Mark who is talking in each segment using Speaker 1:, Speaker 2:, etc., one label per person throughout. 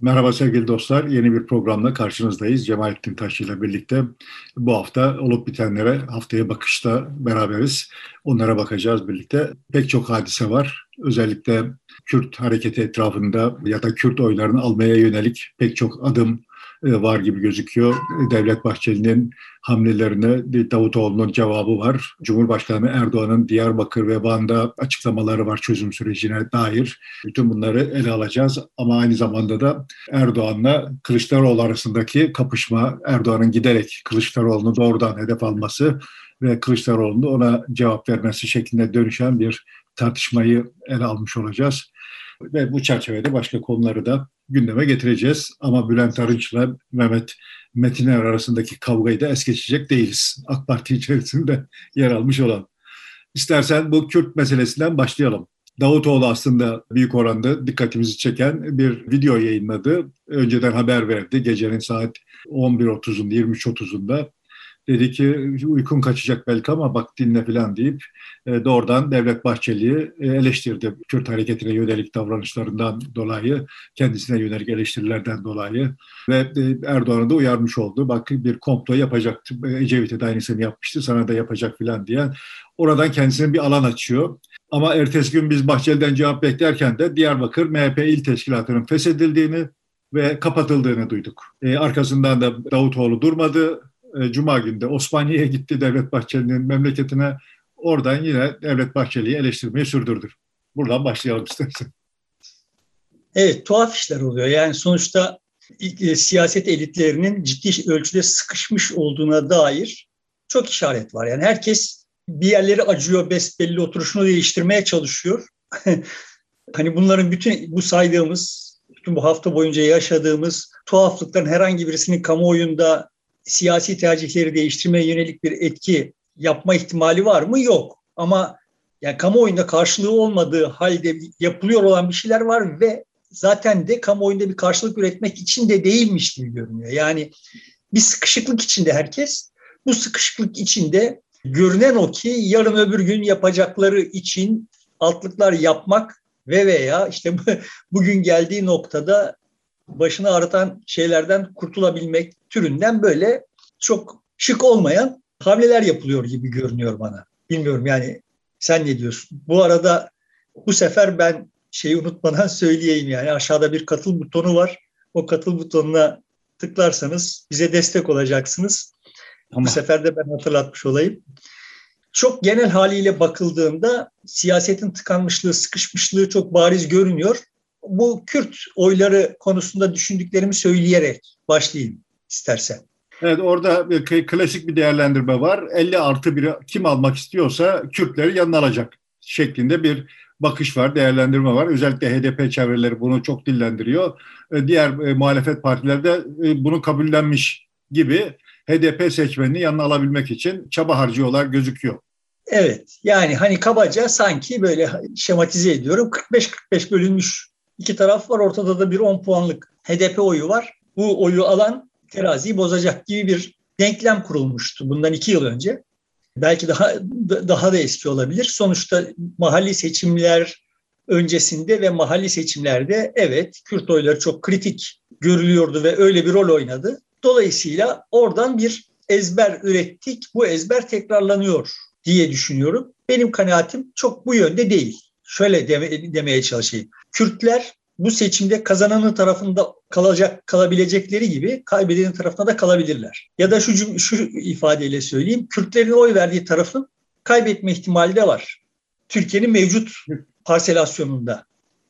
Speaker 1: Merhaba sevgili dostlar, yeni bir programla karşınızdayız. Cemalettin Taşçı ile birlikte bu hafta olup bitenlere haftaya bakışta beraberiz. Onlara bakacağız birlikte. Pek çok hadise var. Özellikle Kürt hareketi etrafında ya da Kürt oylarını almaya yönelik pek çok adım var gibi gözüküyor. Devlet Bahçeli'nin hamlelerine Davutoğlu'nun cevabı var. Cumhurbaşkanı Erdoğan'ın Diyarbakır ve Van'da açıklamaları var çözüm sürecine dair. Bütün bunları ele alacağız ama aynı zamanda da Erdoğan'la Kılıçdaroğlu arasındaki kapışma, Erdoğan'ın giderek Kılıçdaroğlu'nu doğrudan hedef alması ve Kılıçdaroğlu'nun ona cevap vermesi şeklinde dönüşen bir tartışmayı ele almış olacağız. Ve bu çerçevede başka konuları da gündeme getireceğiz. Ama Bülent Arınç'la Mehmet Metiner arasındaki kavgayı da es geçecek değiliz. AK Parti içerisinde yer almış olan. İstersen bu Kürt meselesinden başlayalım. Davutoğlu aslında büyük oranda dikkatimizi çeken bir video yayınladı. Önceden haber verdi gecenin saat 11.30'unda, 23.30'unda. Dedi ki uykun kaçacak belki ama bak dinle falan deyip doğrudan Devlet Bahçeli'yi eleştirdi. Kürt hareketine yönelik davranışlarından dolayı, kendisine yönelik eleştirilerden dolayı ve Erdoğan'ı da uyarmış oldu. Bak bir komplo yapacaktı. Ecevit'e de aynısını yapmıştı, sana da yapacak falan diye. Oradan kendisine bir alan açıyor. Ama ertesi gün biz Bahçeli'den cevap beklerken de Diyarbakır MHP İl Teşkilatı'nın feshedildiğini ve kapatıldığını duyduk. Arkasından da Davutoğlu durmadı. Cuma günü de Osmaniye'ye gitti Devlet Bahçeli'nin memleketine. Oradan yine Devlet Bahçeli'yi eleştirmeyi sürdürdü. Buradan başlayalım istersen.
Speaker 2: Evet, tuhaf işler oluyor. Yani sonuçta siyaset elitlerinin ciddi ölçüde sıkışmış olduğuna dair çok işaret var. Yani herkes bir yerleri acıyor, besbelli oturuşunu değiştirmeye çalışıyor. Hani bunların bütün bu saydığımız, bütün bu hafta boyunca yaşadığımız tuhaflıkların herhangi birisinin kamuoyunda siyasi tercihleri değiştirmeye yönelik bir etki yapma ihtimali var mı? Yok. Ama yani kamuoyunda karşılığı olmadığı halde yapılıyor olan bir şeyler var ve zaten de kamuoyunda bir karşılık üretmek için de değilmiş gibi görünüyor. Yani bir sıkışıklık içinde herkes. Bu sıkışıklık içinde görünen o ki yarın öbür gün yapacakları için altlıklar yapmak ve veya işte bugün geldiği noktada başını ağrıtan şeylerden kurtulabilmek türünden böyle çok şık olmayan hamleler yapılıyor gibi görünüyor bana. Bilmiyorum yani sen ne diyorsun? Bu arada bu sefer ben şeyi unutmadan söyleyeyim yani aşağıda bir katıl butonu var. O katıl butonuna tıklarsanız bize destek olacaksınız. Bu sefer de ben hatırlatmış olayım. Çok genel haliyle bakıldığında siyasetin tıkanmışlığı, sıkışmışlığı çok bariz görünüyor. Bu Kürt oyları konusunda düşündüklerimi söyleyerek başlayayım istersen.
Speaker 1: Evet, orada klasik bir değerlendirme var. 50+1'i kim almak istiyorsa Kürtleri yanına alacak şeklinde bir bakış var, değerlendirme var. Özellikle HDP çevreleri bunu çok dillendiriyor. Diğer muhalefet partileri de bunu kabullenmiş gibi HDP seçmenini yanına alabilmek için çaba harcıyorlar gözüküyor.
Speaker 2: Evet, yani hani kabaca sanki böyle şematize ediyorum. 45-45 bölünmüş iki taraf var. Ortada da bir 10 puanlık HDP oyu var. Bu oyu alan teraziyi bozacak gibi bir denklem kurulmuştu bundan 2 yıl önce. Belki daha da eski olabilir. Sonuçta mahalli seçimler öncesinde ve mahalli seçimlerde evet Kürt oyları çok kritik görülüyordu ve öyle bir rol oynadı. Dolayısıyla oradan bir ezber ürettik. Bu ezber tekrarlanıyor diye düşünüyorum. Benim kanaatim çok bu yönde değil. Şöyle demeye çalışayım. Kürtler bu seçimde kazananın tarafında kalabilecekleri gibi kaybedenin tarafında da kalabilirler. Ya da şu ifadeyle söyleyeyim. Kürtlerin oy verdiği tarafın kaybetme ihtimali de var. Türkiye'nin mevcut parselasyonunda.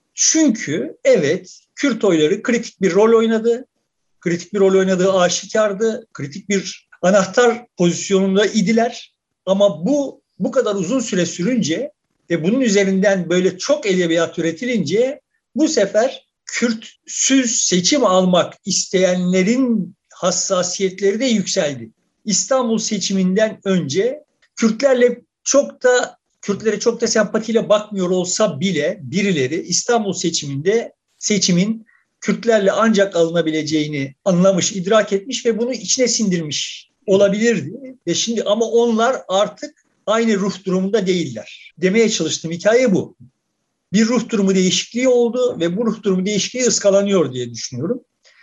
Speaker 2: Çünkü evet Kürt oyları kritik bir rol oynadı. Kritik bir rol oynadığı aşikardı. Kritik bir anahtar pozisyonunda idiler. Ama bu kadar uzun süre sürünce ve bunun üzerinden böyle çok edebiyat üretilince bu sefer Kürtsüz seçim almak isteyenlerin hassasiyetleri de yükseldi. İstanbul seçiminden önce Kürtlere çok da sempatiyle bakmıyor olsa bile birileri İstanbul seçimin Kürtlerle ancak alınabileceğini anlamış, idrak etmiş ve bunu içine sindirmiş olabilirdi. Ve şimdi ama onlar artık aynı ruh durumunda değiller. Demeye çalıştığım hikaye bu. bir ruh durumu değişikliği oldu ve bu ruh durumu değişikliği ıskalanıyor diye düşünüyorum.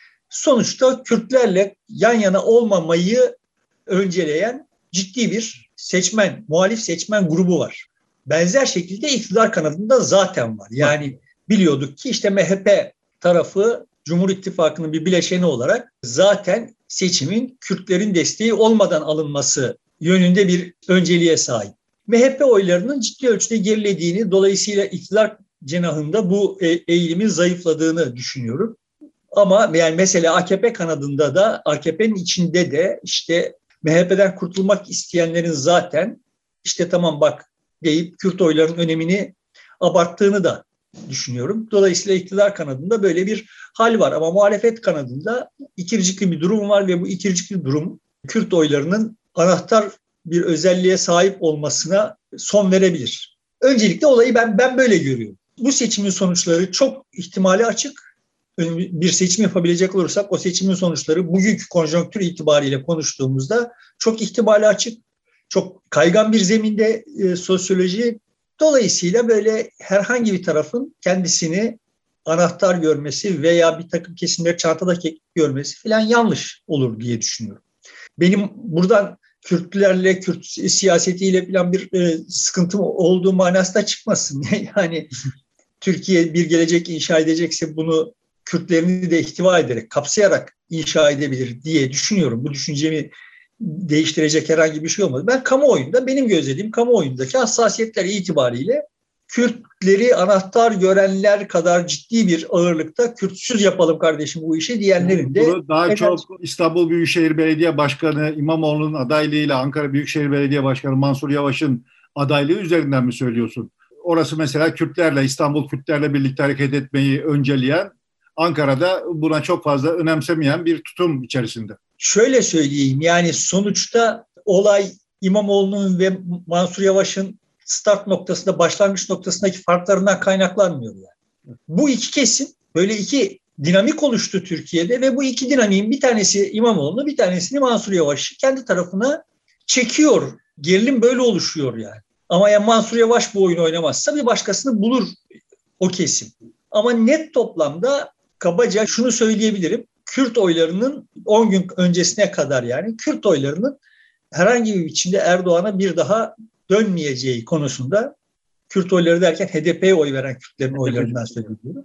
Speaker 2: Sonuçta Kürtlerle yan yana olmamayı önceleyen ciddi bir seçmen, muhalif seçmen grubu var. Benzer şekilde iktidar kanadında zaten var. Yani biliyorduk ki işte MHP tarafı Cumhur İttifakı'nın bir bileşeni olarak zaten seçimin Kürtlerin desteği olmadan alınması yönünde bir önceliğe sahip. MHP oylarının ciddi ölçüde gerilediğini, dolayısıyla iktidar cenahında bu eğilimin zayıfladığını düşünüyorum. Ama yani mesela AKP kanadında da, AKP'nin içinde de işte MHP'den kurtulmak isteyenlerin zaten işte tamam bak deyip Kürt oylarının önemini abarttığını da düşünüyorum. Dolayısıyla iktidar kanadında böyle bir hal var ama muhalefet kanadında ikircikli bir durum var ve bu ikircikli durum Kürt oylarının anahtar bir özelliğe sahip olmasına son verebilir. Öncelikle olayı ben böyle görüyorum. Bu seçimin sonuçları çok ihtimali açık. Bir seçim yapabilecek olursak o seçimin sonuçları bugünkü konjonktür itibariyle konuştuğumuzda çok ihtimali açık. Çok kaygan bir zeminde sosyoloji. Dolayısıyla böyle herhangi bir tarafın kendisini anahtar görmesi veya bir takım kesimleri çantada görmesi falan yanlış olur diye düşünüyorum. Benim buradan Kürtlerle, Kürt siyasetiyle falan bir sıkıntım olduğu manasında çıkmasın. Yani Türkiye bir gelecek inşa edecekse bunu Kürtlerini de ihtiva ederek, kapsayarak inşa edebilir diye düşünüyorum. Bu düşüncemi değiştirecek herhangi bir şey olmadı. Ben kamuoyunda, benim gözlediğim kamuoyundaki hassasiyetler itibariyle Kürtleri anahtar görenler kadar ciddi bir ağırlıkta Kürtsüz yapalım kardeşim bu işi diyenlerin de...
Speaker 1: Bunu daha çok İstanbul Büyükşehir Belediye Başkanı İmamoğlu'nun adaylığıyla Ankara Büyükşehir Belediye Başkanı Mansur Yavaş'ın adaylığı üzerinden mi söylüyorsun? Orası mesela Kürtlerle, İstanbul Kürtlerle birlikte hareket etmeyi önceleyen, Ankara'da buna çok fazla önemsemeyen bir tutum içerisinde.
Speaker 2: Şöyle söyleyeyim, yani sonuçta olay İmamoğlu'nun ve Mansur Yavaş'ın start noktasında, başlangıç noktasındaki farklarından kaynaklanmıyor yani. Bu iki kesim böyle iki dinamik oluştu Türkiye'de ve bu iki dinamiğin bir tanesi İmamoğlu'nu, bir tanesini Mansur Yavaş'ı kendi tarafına çekiyor. Gerilim böyle oluşuyor yani. Ama ya Mansur Yavaş bu oyunu oynamazsa bir başkasını bulur o kesim. Ama net toplamda kabaca şunu söyleyebilirim. Kürt oylarının 10 gün öncesine kadar yani Kürt oylarının herhangi bir biçimde Erdoğan'a bir daha dönmeyeceği konusunda, Kürt oyları derken HDP'ye oy veren Kürtlerin oylarından söylüyorum.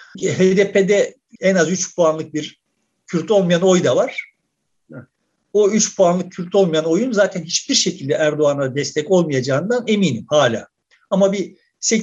Speaker 2: HDP'de en az 3 puanlık bir Kürt olmayan oy da var. O 3 puanlık Kürt olmayan oyun zaten hiçbir şekilde Erdoğan'a destek olmayacağından eminim hala. Ama bir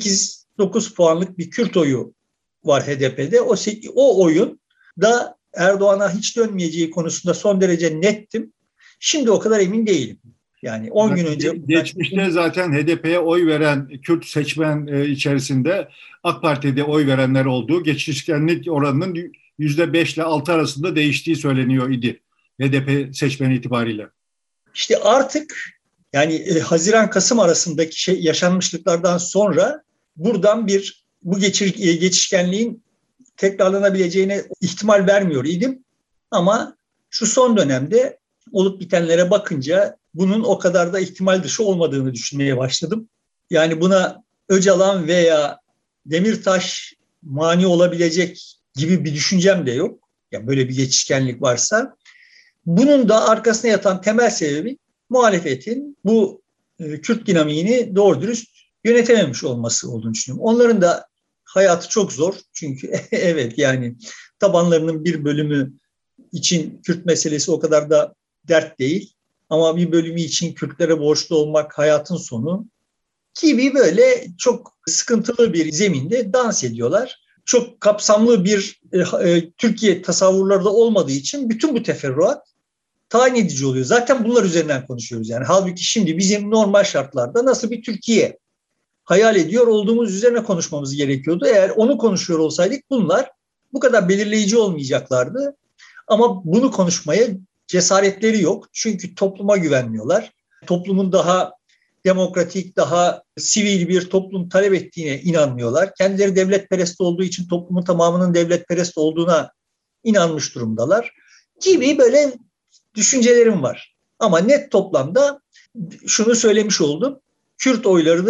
Speaker 2: 8-9 puanlık bir Kürt oyu var HDP'de. O oyun da Erdoğan'a hiç dönmeyeceği konusunda son derece nettim. Şimdi o kadar emin değilim. Yani 10 gün önce...
Speaker 1: Geçmişte zaten HDP'ye oy veren Kürt seçmen içerisinde AK Parti'de oy verenler olduğu, geçişkenlik oranının %5 ile 6 arasında değiştiği söyleniyor idi. HDP seçmeni itibariyle.
Speaker 2: İşte artık yani Haziran-Kasım arasındaki yaşanmışlıklardan sonra buradan bu geçişkenliğin tekrarlanabileceğine ihtimal vermiyor idim. Ama şu son dönemde olup bitenlere bakınca bunun o kadar da ihtimal dışı olmadığını düşünmeye başladım. Yani buna Öcalan veya Demirtaş mani olabilecek gibi bir düşüncem de yok. Yani böyle bir geçişkenlik varsa. Bunun da arkasına yatan temel sebebi muhalefetin bu Kürt dinamiğini doğru dürüst yönetememiş olması olduğunu düşünüyorum. Onların da hayatı çok zor. Çünkü evet yani tabanlarının bir bölümü için Kürt meselesi o kadar da dert değil. Ama bir bölümü için Kürtlere borçlu olmak hayatın sonu gibi böyle çok sıkıntılı bir zeminde dans ediyorlar. Çok kapsamlı bir Türkiye tasavvurları da olmadığı için bütün bu teferruat tayin edici oluyor. Zaten bunlar üzerinden konuşuyoruz yani. Halbuki şimdi bizim normal şartlarda nasıl bir Türkiye hayal ediyor olduğumuz üzerine konuşmamız gerekiyordu. Eğer onu konuşuyor olsaydık bunlar bu kadar belirleyici olmayacaklardı. Ama bunu konuşmaya cesaretleri yok. Çünkü topluma güvenmiyorlar. Toplumun daha demokratik, daha sivil bir toplum talep ettiğine inanmıyorlar. Kendileri devletperest olduğu için toplumun tamamının devletperest olduğuna inanmış durumdalar. Gibi böyle düşüncelerim var. Ama net toplamda şunu söylemiş oldum. Kürt oylarını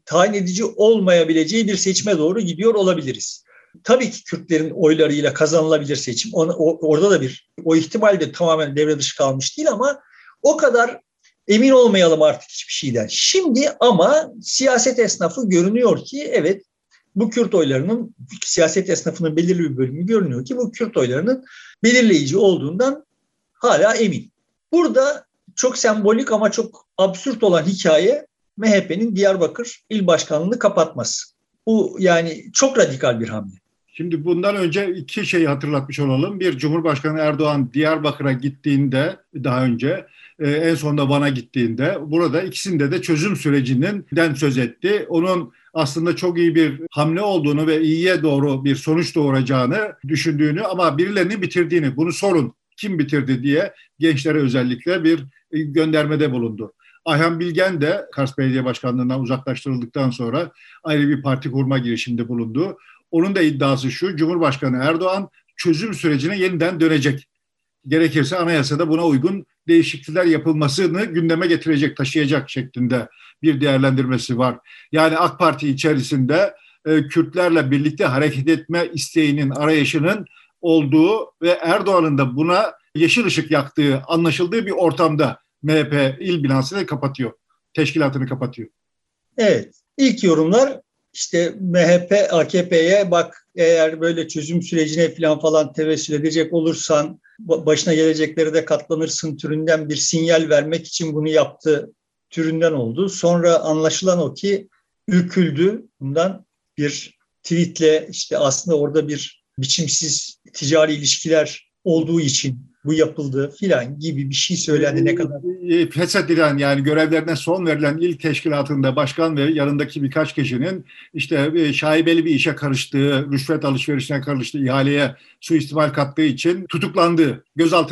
Speaker 2: tayin edici olmayabileceği bir seçime doğru gidiyor olabiliriz. Tabii ki Kürtlerin oylarıyla kazanılabilir seçim. Orada da o ihtimal de tamamen devre dışı kalmış değil ama o kadar emin olmayalım artık hiçbir şeyden. Şimdi ama siyaset esnafı görünüyor ki evet, bu Kürt oylarının, siyaset esnafının belirli bir bölümü görünüyor ki bu Kürt oylarının belirleyici olduğundan hala emin. Burada çok sembolik ama çok absürt olan hikaye MHP'nin Diyarbakır İl Başkanlığı'nı kapatması. Bu yani çok radikal bir hamle.
Speaker 1: Şimdi bundan önce iki şeyi hatırlatmış olalım. Bir, Cumhurbaşkanı Erdoğan Diyarbakır'a gittiğinde daha önce, en sonunda Van'a gittiğinde, burada ikisinde de çözüm sürecinden söz etti. Onun aslında çok iyi bir hamle olduğunu ve iyiye doğru bir sonuç doğuracağını düşündüğünü ama birilerinin bitirdiğini, bunu sorun kim bitirdi diye gençlere özellikle bir göndermede bulundu. Ayhan Bilgen de Kars Belediye Başkanlığı'ndan uzaklaştırıldıktan sonra ayrı bir parti kurma girişiminde bulundu. Onun da iddiası şu: Cumhurbaşkanı Erdoğan çözüm sürecine yeniden dönecek. Gerekirse anayasada buna uygun değişiklikler yapılmasını gündeme getirecek, taşıyacak şeklinde bir değerlendirmesi var. Yani AK Parti içerisinde Kürtlerle birlikte hareket etme isteğinin, arayışının olduğu ve Erdoğan'ın da buna yeşil ışık yaktığı anlaşıldığı bir ortamda MHP il binasını kapatıyor, teşkilatını kapatıyor.
Speaker 2: Evet, ilk yorumlar işte MHP, AKP'ye bak eğer böyle çözüm sürecine falan tevessül edecek olursan başına gelecekleri de katlanırsın türünden bir sinyal vermek için bunu yaptı türünden oldu. Sonra anlaşılan o ki ürküldü. Bundan bir tweetle işte aslında orada bir biçimsiz ticari ilişkiler olduğu için bu yapıldı filan gibi bir şey söylendi. Ne kadar
Speaker 1: feshedilen, yani görevlerine son verilen il teşkilatında başkan ve yanındaki birkaç kişinin işte şaibeli bir işe karıştığı, rüşvet alışverişine karıştığı, ihaleye suistimal kattığı için tutuklandığı,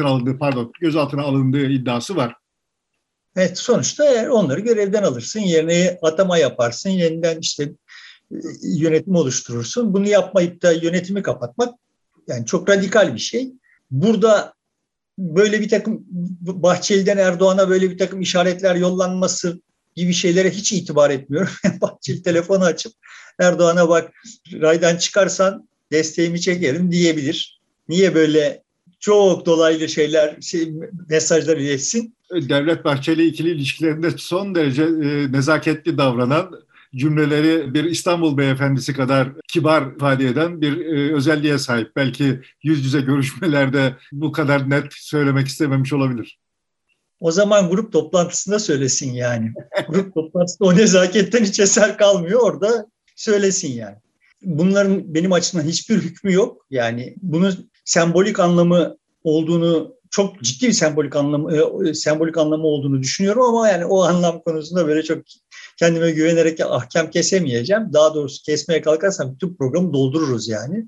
Speaker 1: gözaltına alındığı iddiası var.
Speaker 2: Evet, sonuçta eğer onları görevden alırsın, yerine atama yaparsın, yeniden işte yönetim oluşturursun. Bunu yapmayıp da yönetimi kapatmak yani çok radikal bir şey. Burada böyle bir takım Bahçeli'den Erdoğan'a böyle bir takım işaretler yollanması gibi şeylere hiç itibar etmiyorum. Bahçeli telefonu açıp Erdoğan'a bak raydan çıkarsan desteğimi çekerim diyebilir. Niye böyle çok dolaylı mesajlar iletsin?
Speaker 1: Devlet Bahçeli ikili ilişkilerinde son derece nezaketli davranan, cümleleri bir İstanbul beyefendisi kadar kibar ifade eden bir özelliğe sahip. Belki yüz yüze görüşmelerde bu kadar net söylemek istememiş olabilir.
Speaker 2: O zaman grup toplantısında söylesin yani. Grup toplantısında o nezaketten hiç eser kalmıyor, orada söylesin yani. Bunların benim açımdan hiçbir hükmü yok. Yani bunun sembolik anlamı olduğunu, çok ciddi bir sembolik anlamı olduğunu düşünüyorum ama yani o anlam konusunda böyle çok kendime güvenerek ahkam kesemeyeceğim. Daha doğrusu kesmeye kalkarsam bütün programı doldururuz yani.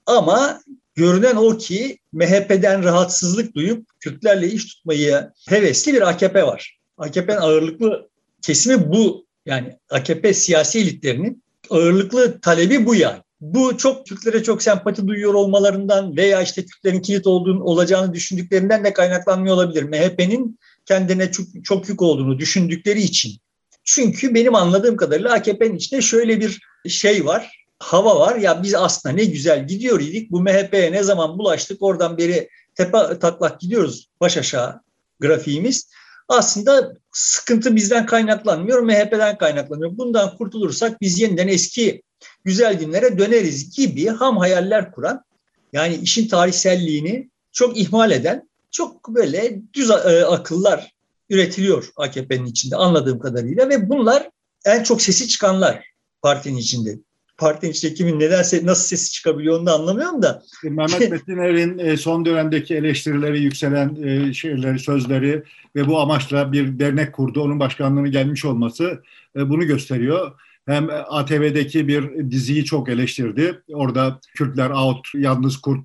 Speaker 2: Ama görünen o ki MHP'den rahatsızlık duyup Kürtlerle iş tutmayı hevesli bir AKP var. AKP'nin ağırlıklı kesimi bu. Yani AKP siyasi elitlerinin ağırlıklı talebi bu yani. Bu çok Kürtlere çok sempati duyuyor olmalarından veya işte Kürtlerin kilit olacağını düşündüklerinden de kaynaklanmıyor olabilir. MHP'nin kendine çok yük olduğunu düşündükleri için. Çünkü benim anladığım kadarıyla AKP'nin içinde şöyle bir şey var, hava var. Ya biz aslında ne güzel gidiyor idik. Bu MHP'ye ne zaman bulaştık oradan beri tepe taklak gidiyoruz baş aşağı grafiğimiz. Aslında sıkıntı bizden kaynaklanmıyor, MHP'den kaynaklanıyor. Bundan kurtulursak biz yeniden eski güzel günlere döneriz gibi ham hayaller kuran, yani işin tarihselliğini çok ihmal eden, çok böyle düz akıllar üretiliyor AKP'nin içinde anladığım kadarıyla ve bunlar en çok sesi çıkanlar partinin içinde. Partinin içinde kimin nasıl sesi çıkabiliyor onu da anlamıyorum da.
Speaker 1: Mehmet Metiner'in son dönemdeki eleştirileri, yükselen sözleri ve bu amaçla bir dernek kurdu. Onun başkanlığına gelmiş olması bunu gösteriyor. Hem ATV'deki bir diziyi çok eleştirdi. Orada Kürtler out, yalnız kurt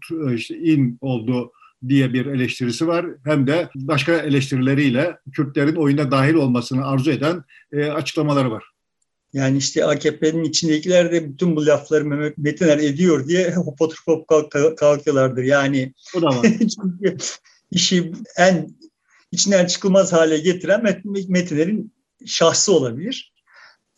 Speaker 1: in oldu diye bir eleştirisi var. Hem de başka eleştirileriyle Kürtlerin oyuna dahil olmasını arzu eden açıklamaları var.
Speaker 2: Yani işte AKP'nin içindekiler de bütün bu lafları Mehmet Metiner ediyor diye hop oturup hop kalkıyorlardır. Yani
Speaker 1: o da var.
Speaker 2: Çünkü işi en içinden çıkılmaz hale getiren Metiner'in şahsı olabilir.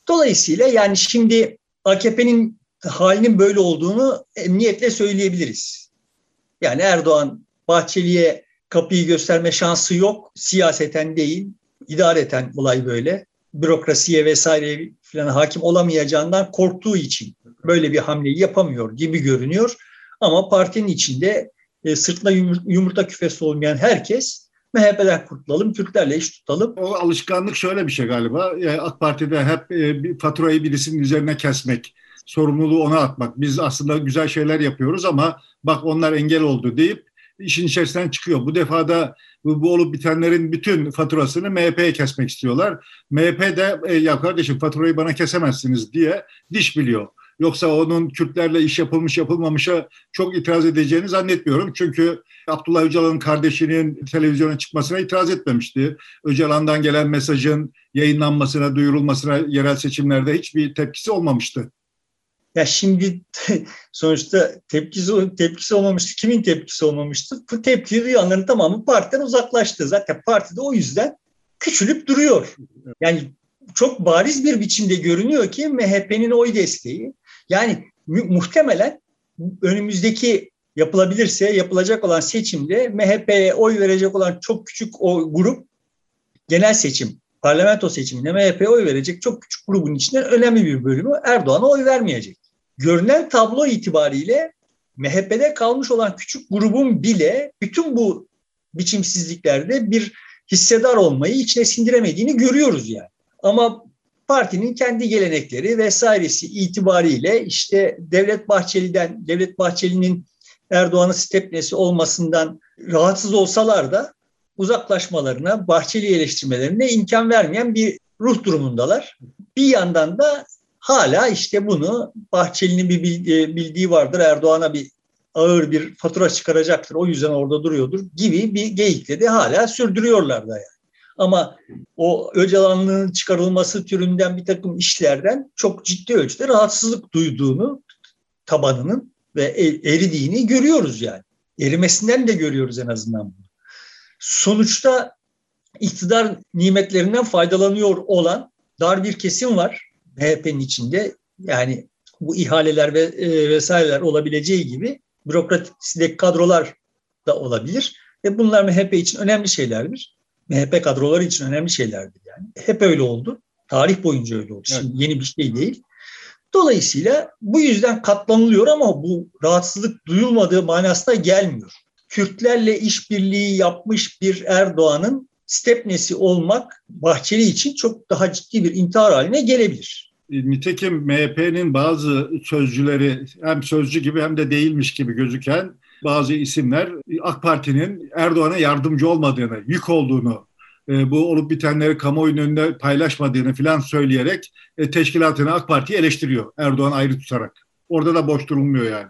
Speaker 2: Dolayısıyla yani şimdi AKP'nin halinin böyle olduğunu emniyetle söyleyebiliriz. Yani Erdoğan Bahçeli'ye kapıyı gösterme şansı yok. Siyaseten değil, idareten olay böyle. Bürokrasiye vesaire falan hakim olamayacağından korktuğu için böyle bir hamleyi yapamıyor gibi görünüyor. Ama partinin içinde sırtına yumurta küfesi olmayan herkes MHP'den kurtulalım, Kürtlerle iş tutalım.
Speaker 1: O alışkanlık şöyle bir şey galiba. Yani AK Parti'de hep bir faturayı birisinin üzerine kesmek, sorumluluğu ona atmak. Biz aslında güzel şeyler yapıyoruz ama bak onlar engel oldu deyip işin içerisinden çıkıyor. Bu defa da bu olup bitenlerin bütün faturasını MHP'ye kesmek istiyorlar. MHP de ya kardeşim faturayı bana kesemezsiniz diye diş biliyor. Yoksa onun Kürtlerle iş yapılmış yapılmamışa çok itiraz edeceğini zannetmiyorum. Çünkü Abdullah Öcalan'ın kardeşinin televizyona çıkmasına itiraz etmemişti. Öcalan'dan gelen mesajın yayınlanmasına, duyurulmasına yerel seçimlerde hiçbir tepkisi olmamıştı.
Speaker 2: Ya şimdi sonuçta tepkisi olmamıştı. Kimin tepkisi olmamıştı? Bu tepkiyi duyanların tamamı partiden uzaklaştı. Zaten partide o yüzden küçülüp duruyor. Yani çok bariz bir biçimde görünüyor ki MHP'nin oy desteği. Yani muhtemelen önümüzdeki yapılabilirse yapılacak olan seçimde MHP'ye oy verecek olan çok küçük o grup genel seçim, parlamento seçiminde MHP'ye oy verecek çok küçük grubun içinden önemli bir bölümü Erdoğan'a oy vermeyecek. Görünen tablo itibariyle MHP'de kalmış olan küçük grubun bile bütün bu biçimsizliklerde bir hissedar olmayı içine sindiremediğini görüyoruz yani. Ama partinin kendi gelenekleri vesairesi itibariyle işte Devlet Bahçeli'nin Erdoğan'ın stepnesi olmasından rahatsız olsalar da uzaklaşmalarına, Bahçeli'yi eleştirmelerine imkan vermeyen bir ruh durumundalar. Bir yandan da hala işte bunu Bahçeli'nin bir bildiği vardır, Erdoğan'a bir ağır bir fatura çıkaracaktır, o yüzden orada duruyordur gibi bir geyikle de hala sürdürüyorlar da yani. Ama o Öcalan'ın çıkarılması türünden bir takım işlerden çok ciddi ölçüde rahatsızlık duyduğunu, tabanının ve eridiğini görüyoruz yani. Erimesinden de görüyoruz en azından bunu. Sonuçta iktidar nimetlerinden faydalanıyor olan dar bir kesim var MHP'nin içinde. Yani bu ihaleler ve vesaireler olabileceği gibi bürokrasideki kadrolar da olabilir. Ve bunlar MHP için önemli şeylerdir. MHP kadroları için önemli şeylerdir yani. Hep öyle oldu. Tarih boyunca öyle oldu. Şimdi yeni bir şey değil. Dolayısıyla bu yüzden katlanılıyor ama bu rahatsızlık duyulmadığı manasına gelmiyor. Kürtlerle işbirliği yapmış bir Erdoğan'ın stepnesi olmak Bahçeli için çok daha ciddi bir intihar haline gelebilir.
Speaker 1: Nitekim MHP'nin bazı sözcüleri hem sözcü gibi hem de değilmiş gibi gözüken bazı isimler AK Parti'nin Erdoğan'a yardımcı olmadığını, yük olduğunu, bu olup bitenleri kamuoyunun önünde paylaşmadığını falan söyleyerek teşkilatını AK Parti'yi eleştiriyor. Erdoğan ayrı tutarak. Orada da boş durulmuyor yani.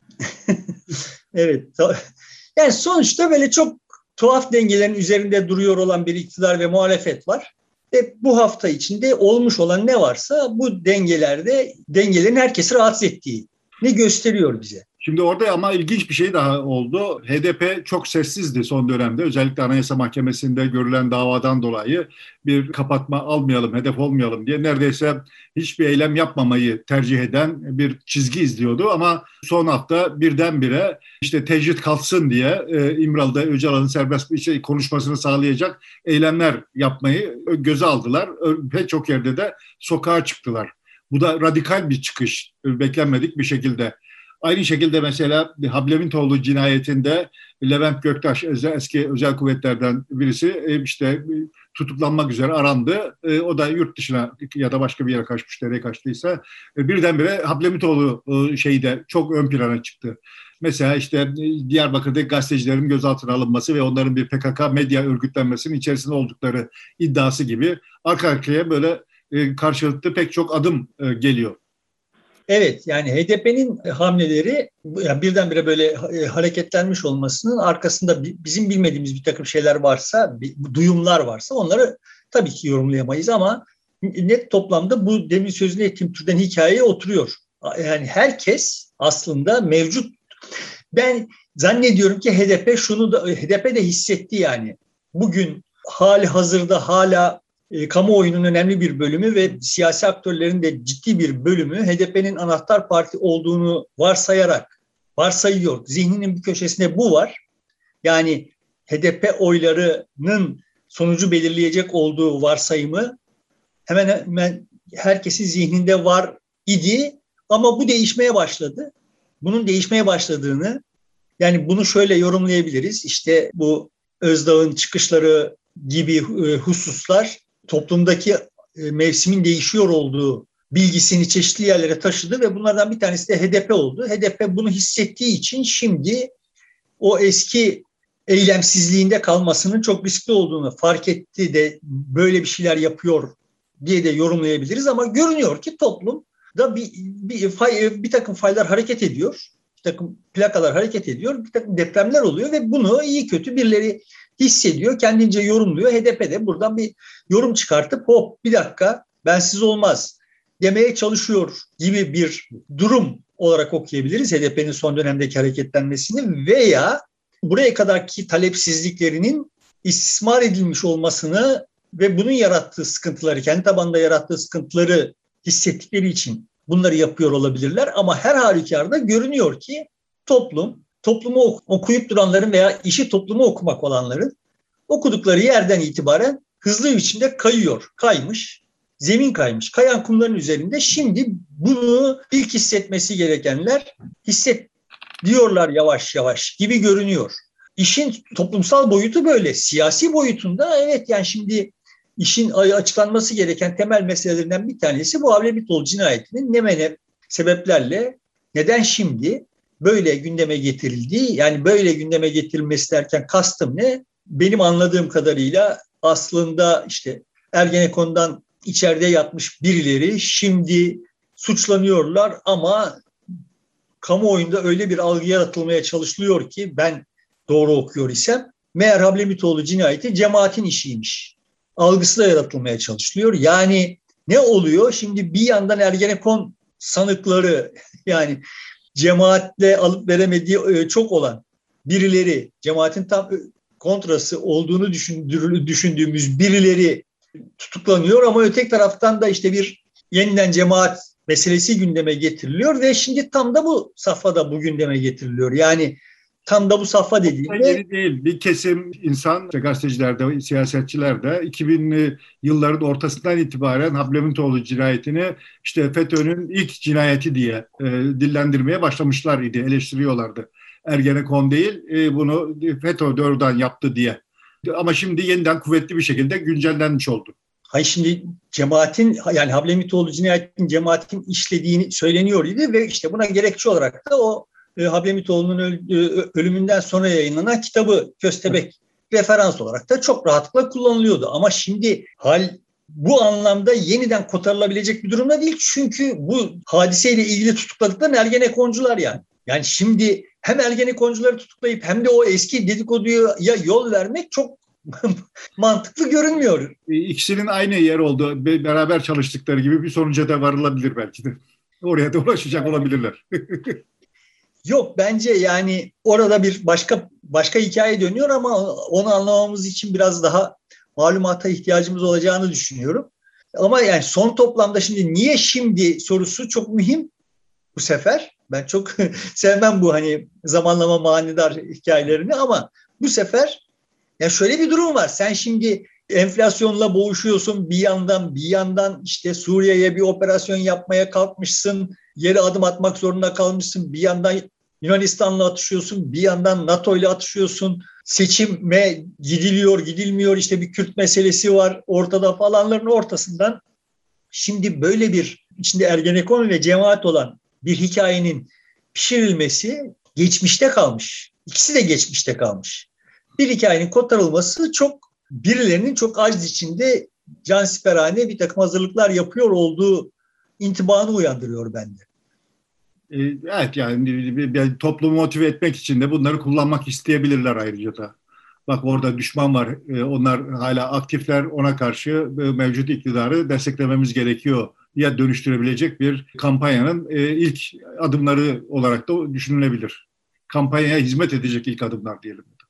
Speaker 2: Evet. Yani sonuçta böyle çok tuhaf dengelerin üzerinde duruyor olan bir iktidar ve muhalefet var. Ve bu hafta içinde olmuş olan ne varsa bu dengelerin herkesi rahatsız ettiğini gösteriyor bize.
Speaker 1: Şimdi orada ama ilginç bir şey daha oldu. HDP çok sessizdi son dönemde. Özellikle Anayasa Mahkemesi'nde görülen davadan dolayı bir kapatma almayalım, hedef olmayalım diye neredeyse hiçbir eylem yapmamayı tercih eden bir çizgi izliyordu. Ama son hafta birdenbire işte tecrit kalksın diye İmralı'da Öcalan'ın serbest konuşmasını sağlayacak eylemler yapmayı göze aldılar. Pek çok yerde de sokağa çıktılar. Bu da radikal bir çıkış, beklenmedik bir şekilde. Aynı şekilde mesela Hablemintoğlu cinayetinde Levent Göktaş eski özel kuvvetlerden birisi işte tutuklanmak üzere arandı. O da yurt dışına ya da başka bir yere kaçmış, nereye kaçtıysa birdenbire Hablemintoğlu şeyi de çok ön plana çıktı. Mesela işte Diyarbakır'daki gazetecilerin gözaltına alınması ve onların bir PKK medya örgütlenmesinin içerisinde oldukları iddiası gibi arka arkaya böyle karşılıklı pek çok adım geliyor.
Speaker 2: Evet, yani HDP'nin hamleleri yani birdenbire böyle hareketlenmiş olmasının arkasında bizim bilmediğimiz bir takım şeyler varsa, duyumlar varsa onları tabii ki yorumlayamayız ama net toplamda bu demin sözünü ettiğim türden hikayeye oturuyor. Yani herkes aslında mevcut. Ben zannediyorum ki HDP de hissetti yani. Bugün hali hazırda hala kamuoyunun önemli bir bölümü ve siyasi aktörlerin de ciddi bir bölümü HDP'nin anahtar parti olduğunu varsayıyor. Zihninin bir köşesinde bu var. Yani HDP oylarının sonucu belirleyecek olduğu varsayımı hemen hemen herkesin zihninde var idi ama bu değişmeye başladı. Bunun değişmeye başladığını, yani bunu şöyle yorumlayabiliriz. İşte bu Özdağ'ın çıkışları gibi hususlar toplumdaki mevsimin değişiyor olduğu bilgisini çeşitli yerlere taşıdı ve bunlardan bir tanesi de HDP oldu. HDP bunu hissettiği için şimdi o eski eylemsizliğinde kalmasının çok riskli olduğunu fark etti de böyle bir şeyler yapıyor diye de yorumlayabiliriz ama görünüyor ki toplumda bir takım faylar hareket ediyor, bir takım plakalar hareket ediyor, bir takım depremler oluyor ve bunu iyi kötü birileri hissediyor, kendince yorumluyor. HDP de buradan bir yorum çıkartıp hop bir dakika bensiz olmaz demeye çalışıyor gibi bir durum olarak okuyabiliriz HDP'nin son dönemdeki hareketlenmesini veya buraya kadarki talepsizliklerinin istismar edilmiş olmasını ve bunun yarattığı sıkıntıları, kendi tabanında yarattığı sıkıntıları hissettikleri için bunları yapıyor olabilirler. Ama her halükarda görünüyor ki toplumu okuyup duranların veya işi toplumu okumak olanların okudukları yerden itibaren hızlı bir biçimde kaymış, zemin kaymış. Kayan kumların üzerinde şimdi bunu ilk hissetmesi gerekenler diyorlar yavaş yavaş gibi görünüyor. İşin toplumsal boyutu böyle. Siyasi boyutunda evet yani şimdi işin açıklanması gereken temel meselelerinden bir tanesi bu Hablemitoğlu cinayetinin ne sebeplerle neden şimdi böyle gündeme getirildiği, yani böyle gündeme getirilmesi derken kastım ne? Benim anladığım kadarıyla aslında işte Ergenekon'dan içeride yatmış birileri şimdi suçlanıyorlar ama kamuoyunda öyle bir algı yaratılmaya çalışılıyor ki ben doğru okuyor isem meğer Hablemitoğlu cinayeti cemaatin işiymiş. Algısı da yaratılmaya çalışılıyor. Yani ne oluyor? Şimdi bir yandan Ergenekon sanıkları yani cemaatle alıp veremediği çok olan birileri, cemaatin tam kontrası olduğunu düşündüğümüz birileri tutuklanıyor ama öteki taraftan da işte bir yeniden cemaat meselesi gündeme getiriliyor ve şimdi tam da bu safhada bu gündeme getiriliyor. Yani tam da bu safha dediğimde...
Speaker 1: Yeni değil. Bir kesim insan, işte gazeteciler de, siyasetçiler de 2000'li yılların ortasından itibaren Hablemitoğlu cinayetini işte FETÖ'nün ilk cinayeti diye dillendirmeye başlamışlar idi, eleştiriyorlardı. Ergenekon değil, bunu FETÖ doğrudan yaptı diye. Ama şimdi yeniden kuvvetli bir şekilde güncellenmiş oldu.
Speaker 2: Hayır şimdi cemaatin yani Hablemitoğlu cinayetinin cemaatin işlediğini söyleniyor idi ve işte buna gerekçe olarak da o Hablemitoğlu'nun ölümünden sonra yayınlanan kitabı Köstebek referans olarak da çok rahatlıkla kullanılıyordu. Ama şimdi hal bu anlamda yeniden kotarılabilecek bir durumda değil. Çünkü bu hadiseyle ilgili tutukladıkları Ergenekoncular yani. Yani şimdi hem Ergenekoncuları tutuklayıp hem de o eski dedikoduya yol vermek çok mantıklı görünmüyor.
Speaker 1: İkisinin aynı yer olduğu, beraber çalıştıkları gibi bir sonuca da varılabilir belki de. Oraya da ulaşacak olabilirler.
Speaker 2: Yok bence yani orada bir başka hikaye dönüyor ama onu anlamamız için biraz daha malumata ihtiyacımız olacağını düşünüyorum. Ama yani son toplamda şimdi niye şimdi sorusu çok mühim bu sefer. Ben çok sevmem bu hani zamanlama manidar hikayelerini ama bu sefer ya şöyle bir durum var. Sen şimdi enflasyonla boğuşuyorsun bir yandan işte Suriye'ye bir operasyon yapmaya kalkmışsın. Yere adım atmak zorunda kalmışsın. Bir yandan Yunanistan'la atışıyorsun. Bir yandan NATO'yla atışıyorsun. Seçime gidilmiyor. İşte bir Kürt meselesi var ortada falanların ortasından. Şimdi böyle bir içinde Ergenekon ve cemaat olan bir hikayenin pişirilmesi geçmişte kalmış. İkisi de geçmişte kalmış. Bir hikayenin kotarılması birilerinin çok aciz içinde cansiperane bir takım hazırlıklar yapıyor olduğu intibanı uyandırıyor bende.
Speaker 1: Evet yani toplumu motive etmek için de bunları kullanmak isteyebilirler ayrıca da. Bak orada düşman var, onlar hala aktifler, ona karşı mevcut iktidarı desteklememiz gerekiyor diye dönüştürebilecek bir kampanyanın ilk adımları olarak da düşünülebilir. Kampanyaya hizmet edecek ilk adımlar diyelim.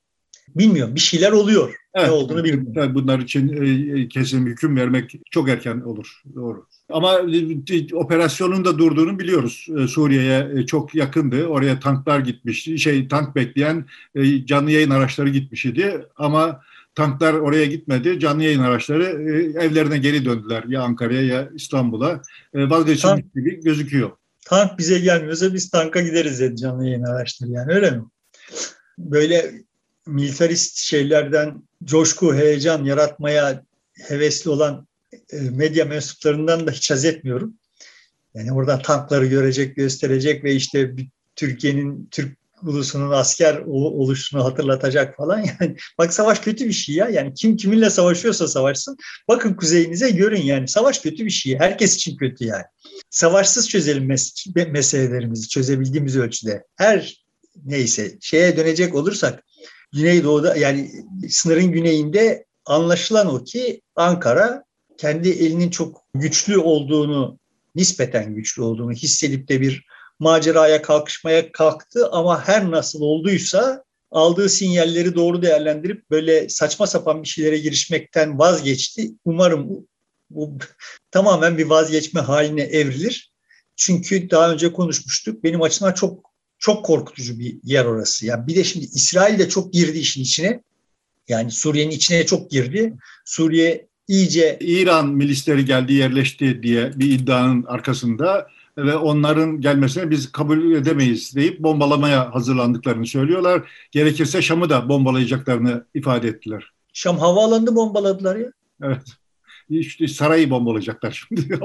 Speaker 2: bilmiyorum, bir şeyler oluyor.
Speaker 1: Evet,
Speaker 2: ne olduğunu bilmiyorum.
Speaker 1: tabii bunlar için kesin hüküm vermek çok erken olur. Doğru. Ama operasyonun da durduğunu biliyoruz. Suriye'ye çok yakındı. Oraya tanklar gitmiş. Tank bekleyen canlı yayın araçları gitmiş idi. Ama tanklar oraya gitmedi. Canlı yayın araçları evlerine geri döndüler. Ya Ankara'ya ya İstanbul'a. Vazgeçilmiş gibi gözüküyor.
Speaker 2: Tank bize gelmiyorsa biz tanka gideriz dedi canlı yayın araçları, yani öyle mi? Böyle militarist şeylerden coşku, heyecan yaratmaya hevesli olan medya mensuplarından da hiç haz etmiyorum. Yani oradan tankları görecek, gösterecek ve işte Türkiye'nin, Türk ulusunun asker oluşunu hatırlatacak falan. Yani bak, savaş kötü bir şey ya. Yani kim kiminle savaşıyorsa savaşsın. Bakın kuzeyinize, görün yani. Savaş kötü bir şey. Herkes için kötü yani. Savaşsız çözelim meselelerimizi, çözebildiğimiz ölçüde. Her neyse, şeye dönecek olursak, Güneydoğu'da, yani sınırın güneyinde anlaşılan o ki Ankara kendi elinin çok güçlü olduğunu, nispeten güçlü olduğunu hissedip de bir maceraya kalkışmaya kalktı, ama her nasıl olduysa aldığı sinyalleri doğru değerlendirip böyle saçma sapan bir şeylere girişmekten vazgeçti. Umarım bu tamamen bir vazgeçme haline evrilir. Çünkü daha önce konuşmuştuk. Benim açımdan çok çok korkutucu bir yer orası. Yani bir de şimdi İsrail de çok girdi işin içine. Yani Suriye'nin içine çok girdi. Suriye iyice...
Speaker 1: İran milisleri geldi, yerleşti diye bir iddianın arkasında ve onların gelmesine biz kabul edemeyiz deyip bombalamaya hazırlandıklarını söylüyorlar. Gerekirse Şam'ı da bombalayacaklarını ifade ettiler.
Speaker 2: Şam havaalanını bombaladılar ya.
Speaker 1: Evet. İşte sarayı bombalayacaklar şimdi.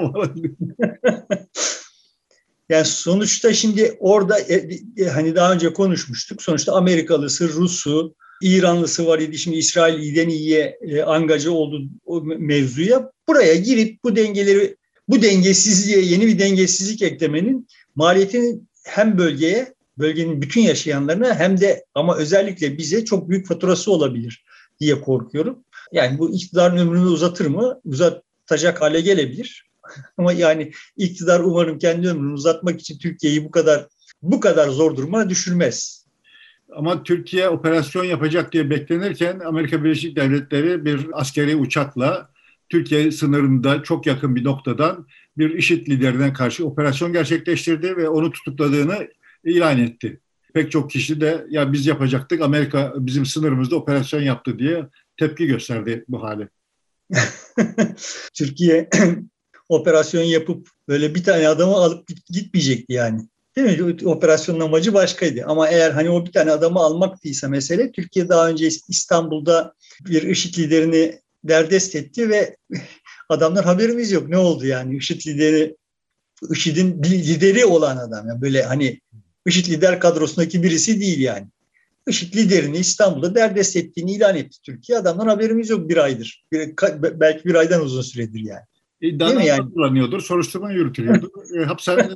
Speaker 2: Yani sonuçta şimdi orada hani daha önce konuşmuştuk. Sonuçta Amerikalısı, Rus'u, İranlısı var idi. Şimdi İsrail iyiden iyiye angaja oldu o mevzuya. Buraya girip bu dengesizliğe yeni bir dengesizlik eklemenin maliyetini hem bölgenin bütün yaşayanlarına, hem de ama özellikle bize çok büyük faturası olabilir diye korkuyorum. Yani bu iktidarın ömrünü uzatır mı? Uzatacak hale gelebilir. Ama yani iktidar umarım kendi ömrünü uzatmak için Türkiye'yi bu kadar zor duruma düşürmez.
Speaker 1: Ama Türkiye operasyon yapacak diye beklenirken Amerika Birleşik Devletleri bir askeri uçakla Türkiye sınırında çok yakın bir noktadan bir IŞİD liderine karşı operasyon gerçekleştirdi ve onu tutukladığını ilan etti. Pek çok kişi de ya biz yapacaktık, Amerika bizim sınırımızda operasyon yaptı diye tepki gösterdi bu hale.
Speaker 2: Türkiye operasyon yapıp böyle bir tane adamı alıp gitmeyecekti yani. Değil mi? Operasyonun amacı başkaydı. Ama eğer hani o bir tane adamı almak değilse mesele, Türkiye daha önce İstanbul'da bir IŞİD liderini derdest etti ve adamlar haberimiz yok. Ne oldu yani? IŞİD'in lideri olan adam. Yani böyle hani IŞİD lider kadrosundaki birisi değil yani. IŞİD liderini İstanbul'da derdest ettiğini ilan etti Türkiye. Adamdan haberimiz yok bir aydır. Belki bir aydan uzun süredir yani.
Speaker 1: Değil mi yani? Kullanıyordur, soruşturma yürütülüyordur. Hapishanede.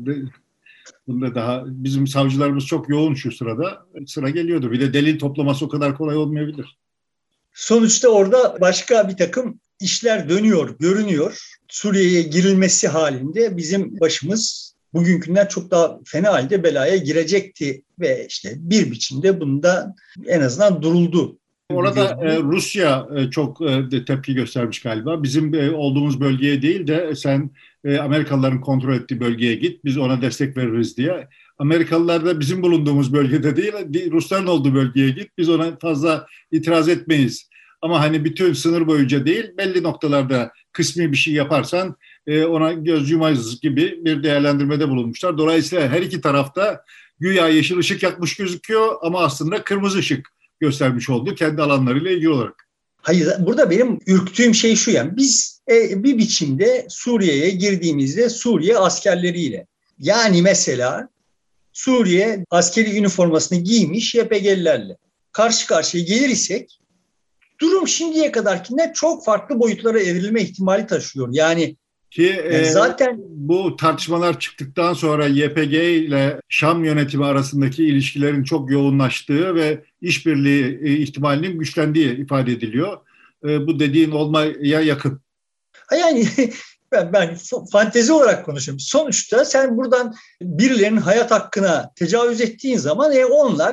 Speaker 1: Bunda daha bizim savcılarımız çok yoğun şu sırada. Sıra geliyordu. Bir de delil toplaması o kadar kolay olmayabilir.
Speaker 2: Sonuçta orada başka bir takım işler dönüyor, görünüyor. Suriye'ye girilmesi halinde bizim başımız bugünkünden çok daha fena halde belaya girecekti ve işte bir biçimde bunda en azından duruldu.
Speaker 1: Orada Rusya çok tepki göstermiş galiba. Bizim olduğumuz bölgeye değil de sen Amerikalıların kontrol ettiği bölgeye git, biz ona destek veririz diye. Amerikalılar da bizim bulunduğumuz bölgede değil, Rusların olduğu bölgeye git, biz ona fazla itiraz etmeyiz. Ama hani bütün sınır boyunca değil, belli noktalarda kısmi bir şey yaparsan ona göz yumayız gibi bir değerlendirmede bulunmuşlar. Dolayısıyla her iki tarafta güya yeşil ışık yakmış gözüküyor ama aslında kırmızı ışık göstermiş oldu kendi alanlarıyla ilgili olarak.
Speaker 2: Hayır, burada benim ürktüğüm şey şu, yani biz bir biçimde Suriye'ye girdiğimizde Suriye askerleriyle, yani mesela Suriye askeri üniformasını giymiş YPG'lilerle karşı karşıya gelir isek durum şimdiye kadarkinden çok farklı boyutlara evrilme ihtimali taşıyor. Yani
Speaker 1: zaten bu tartışmalar çıktıktan sonra YPG ile Şam yönetimi arasındaki ilişkilerin çok yoğunlaştığı ve işbirliği ihtimalinin güçlendiği ifade ediliyor. Bu dediğin olmaya yakın.
Speaker 2: Yani ben fantezi olarak konuşuyorum. Sonuçta sen buradan birilerinin hayat hakkına tecavüz ettiğin zaman onlar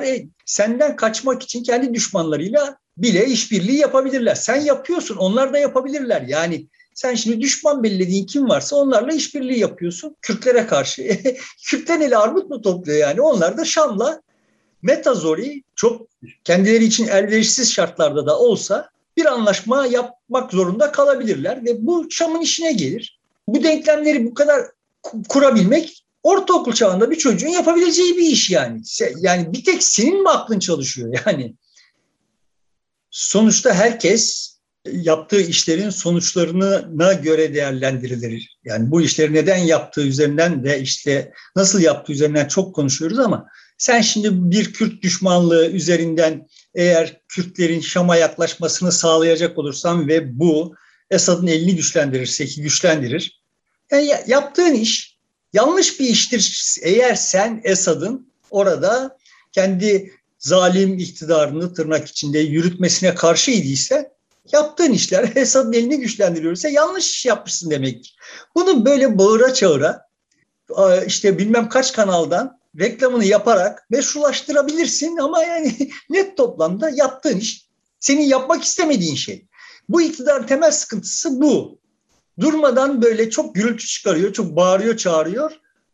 Speaker 2: senden kaçmak için kendi düşmanlarıyla bile işbirliği yapabilirler. Sen yapıyorsun, onlar da yapabilirler. Yani sen şimdi düşman belirlediğin kim varsa onlarla işbirliği yapıyorsun Kürtlere karşı. Kürtler eli armut mu topluyor yani? Onlar da Şam'la metazori çok kendileri için elverişsiz şartlarda da olsa bir anlaşma yapmak zorunda kalabilirler ve bu Şam'ın işine gelir. Bu denklemleri bu kadar kurabilmek ortaokul çağında bir çocuğun yapabileceği bir iş yani. Yani bir tek senin mi aklın çalışıyor yani? Sonuçta herkes yaptığı işlerin sonuçlarına göre değerlendirilir. Yani bu işleri neden yaptığı üzerinden ve işte nasıl yaptığı üzerinden çok konuşuyoruz ama sen şimdi bir Kürt düşmanlığı üzerinden eğer Kürtlerin Şam'a yaklaşmasını sağlayacak olursan ve bu Esad'ın elini güçlendirirse ki güçlendirir. Yani yaptığın iş yanlış bir iştir. Eğer sen Esad'ın orada kendi zalim iktidarını tırnak içinde yürütmesine karşı idiyse yaptığın işler Esad'ın elini güçlendiriyorsa yanlış iş yapmışsın demektir. Bunu böyle bağıra çağıra işte bilmem kaç kanaldan reklamını yaparak meşrulaştırabilirsin ama yani net toplamda yaptığın iş senin yapmak istemediğin şey. Bu iktidarın temel sıkıntısı bu. Durmadan böyle çok gürültü çıkarıyor, çok bağırıyor, çağırıyor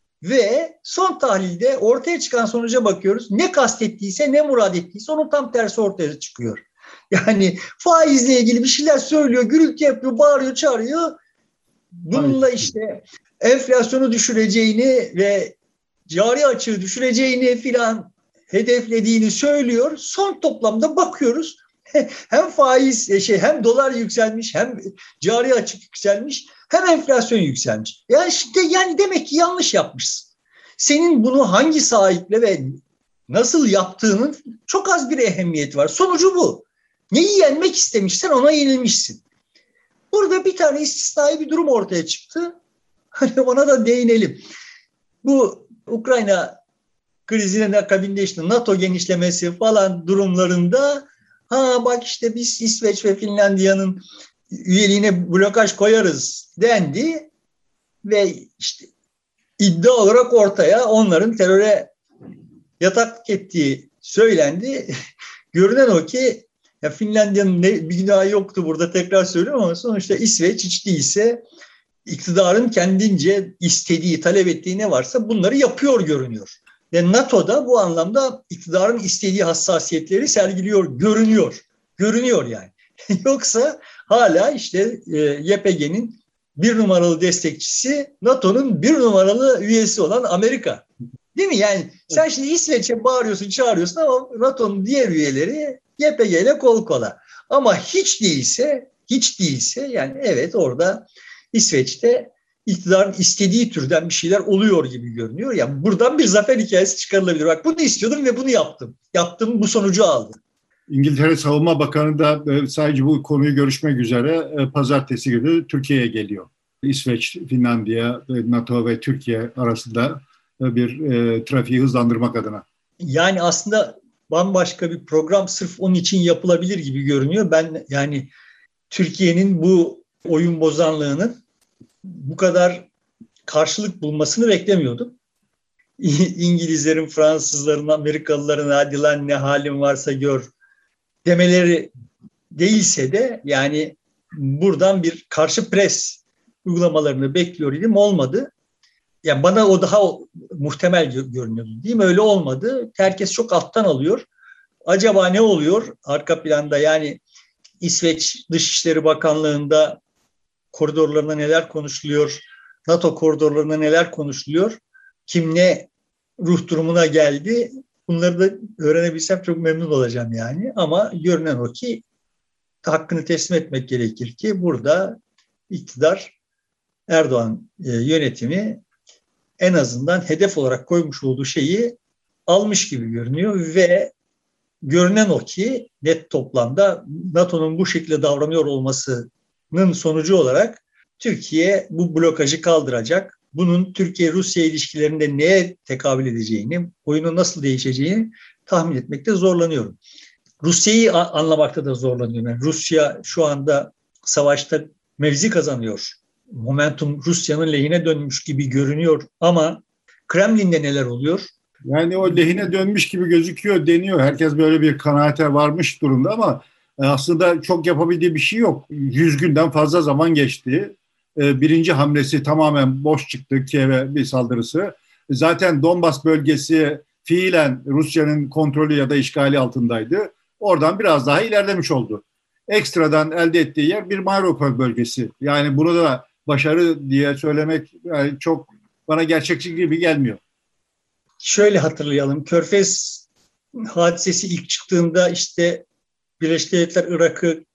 Speaker 2: ve son tahlilde ortaya çıkan sonuca bakıyoruz. Ne kastettiyse, ne murad ettiyse onun tam tersi ortaya çıkıyor. Yani faizle ilgili bir şeyler söylüyor, gürültü yapıyor, bağırıyor, çağırıyor. Bununla işte enflasyonu düşüreceğini ve cari açığı düşüreceğini filan hedeflediğini söylüyor. Son toplamda bakıyoruz. Hem faiz hem dolar yükselmiş, hem cari açık yükselmiş, hem enflasyon yükselmiş. Yani demek ki yanlış yapmışsın. Senin bunu hangi sahiple ve nasıl yaptığının çok az bir ehemmiyeti var. Sonucu bu. Neyi yenmek istemişsen ona yenilmişsin. Burada bir tane istisnai bir durum ortaya çıktı. Hani ona da değinelim. Bu Ukrayna krizinin akabinde işte NATO genişlemesi falan durumlarında bak işte biz İsveç ve Finlandiya'nın üyeliğine blokaj koyarız dendi ve işte iddia olarak ortaya onların teröre yataklık ettiği söylendi. Görünen o ki ya Finlandiya'nın bir günahı yoktu burada tekrar söylüyorum ama sonuçta İsveç hiç değilse iktidarın kendince istediği, talep ettiği ne varsa bunları yapıyor görünüyor. Ve NATO'da bu anlamda iktidarın istediği hassasiyetleri sergiliyor, görünüyor. Görünüyor yani. Yoksa hala işte YPG'nin bir numaralı destekçisi NATO'nun bir numaralı üyesi olan Amerika. Değil mi? Yani sen şimdi İsveç'e bağırıyorsun, çağırıyorsun ama NATO'nun diğer üyeleri YPG ile kol kola. Ama hiç değilse yani evet orada İsveç'te iktidarın istediği türden bir şeyler oluyor gibi görünüyor. Yani buradan bir zafer hikayesi çıkarılabilir. Bak bunu istiyordum ve bunu yaptım. Yaptım bu sonucu aldım.
Speaker 1: İngiltere Savunma Bakanı da sadece bu konuyu görüşmek üzere pazartesi günü Türkiye'ye geliyor. İsveç, Finlandiya, NATO ve Türkiye arasında bir trafiği hızlandırmak adına.
Speaker 2: Yani aslında bambaşka bir program sırf onun için yapılabilir gibi görünüyor. Ben yani Türkiye'nin bu oyun bozanlığının bu kadar karşılık bulmasını beklemiyordum. İngilizlerin, Fransızların, Amerikalıların hadi lan ne halin varsa gör demeleri değilse de yani buradan bir karşı pres uygulamalarını bekliyor idim. Olmadı. Yani bana o daha muhtemel görünüyordu. Değil mi? Öyle olmadı. Herkes çok alttan alıyor. Acaba ne oluyor arka planda? Yani İsveç Dışişleri Bakanlığı'nda koridorlarında neler konuşuluyor? NATO koridorlarında neler konuşuluyor? Kim ne ruh durumuna geldi? Bunları da öğrenebilsem çok memnun olacağım yani. Ama görünen o ki hakkını teslim etmek gerekir ki burada iktidar Erdoğan yönetimi en azından hedef olarak koymuş olduğu şeyi almış gibi görünüyor ve görünen o ki net toplamda NATO'nun bu şekilde davranıyor olmasının sonucu olarak Türkiye bu blokajı kaldıracak. Bunun Türkiye-Rusya ilişkilerinde neye tekabül edeceğini, oyunun nasıl değişeceğini tahmin etmekte zorlanıyorum. Rusya'yı anlamakta da zorlanıyorum. Yani Rusya şu anda savaşta mevzi kazanıyor. Momentum Rusya'nın lehine dönmüş gibi görünüyor ama Kremlin'de neler oluyor?
Speaker 1: Yani o lehine dönmüş gibi gözüküyor deniyor. Herkes böyle bir kanaate varmış durumda ama aslında çok yapabildiği bir şey yok. 100 günden fazla zaman geçti. Birinci hamlesi tamamen boş çıktı, Kiev'e bir saldırısı. Zaten Donbas bölgesi fiilen Rusya'nın kontrolü ya da işgali altındaydı. Oradan biraz daha ilerlemiş oldu. Ekstradan elde ettiği yer bir Mariupol bölgesi. Yani bunu da başarı diye söylemek yani çok bana gerçekçi gibi gelmiyor.
Speaker 2: Şöyle hatırlayalım. Körfez hadisesi ilk çıktığında işte Birleşik Devletler Irak'ı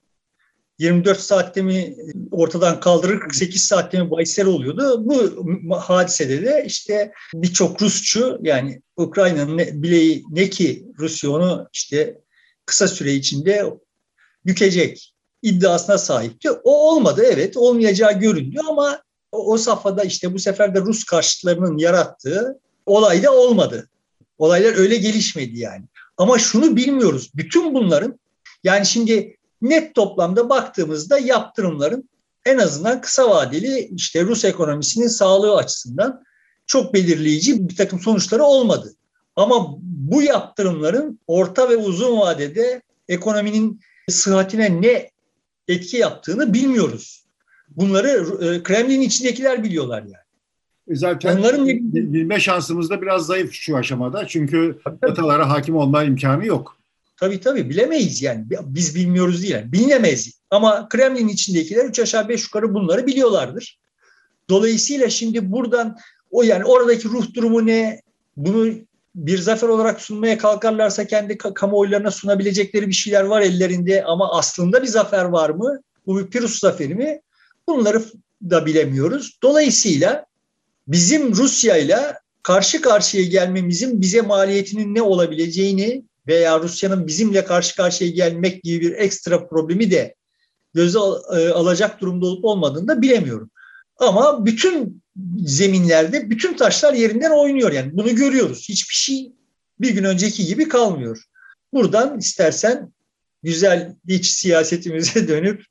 Speaker 2: 24 saatte mi ortadan kaldırır, 48 saatte mi bahisler oluyordu. Bu hadisede de işte birçok Rusçu, yani Ukrayna'nın bileği ne ki Rusya onu işte kısa süre içinde bükecek iddiasına sahipti. O olmadı, evet, olmayacağı göründü ama o safhada işte bu sefer de Rus karşıtlarının yarattığı olay da olmadı. Olaylar öyle gelişmedi yani. Ama şunu bilmiyoruz. Bütün bunların, yani şimdi net toplamda baktığımızda yaptırımların en azından kısa vadeli işte Rus ekonomisinin sağlığı açısından çok belirleyici bir takım sonuçları olmadı. Ama bu yaptırımların orta ve uzun vadede ekonominin sıhhatine ne etki yaptığını bilmiyoruz. Bunları Kremlin içindekiler biliyorlar yani.
Speaker 1: Zaten
Speaker 2: Onların
Speaker 1: bilme şansımız da biraz zayıf şu aşamada. Çünkü datalara hakim olma imkanı yok.
Speaker 2: Tabii bilemeyiz yani. Biz bilmiyoruz değil yani. Bilinemeyiz. Ama Kremlin içindekiler 3 aşağı 5 yukarı bunları biliyorlardır. Dolayısıyla şimdi buradan o, yani oradaki ruh durumu ne? Bunu bir zafer olarak sunmaya kalkarlarsa kendi kamuoylarına sunabilecekleri bir şeyler var ellerinde ama aslında bir zafer var mı? Bu bir Pirus zaferi mi? Bunları da bilemiyoruz. Dolayısıyla bizim Rusya'yla karşı karşıya gelmemizin bize maliyetinin ne olabileceğini veya Rusya'nın bizimle karşı karşıya gelmek gibi bir ekstra problemi de göze alacak durumda olup olmadığını da bilemiyorum. Ama bütün zeminlerde bütün taşlar yerinden oynuyor yani. Bunu görüyoruz. Hiçbir şey bir gün önceki gibi kalmıyor. Buradan istersen güzel iç siyasetimize dönüp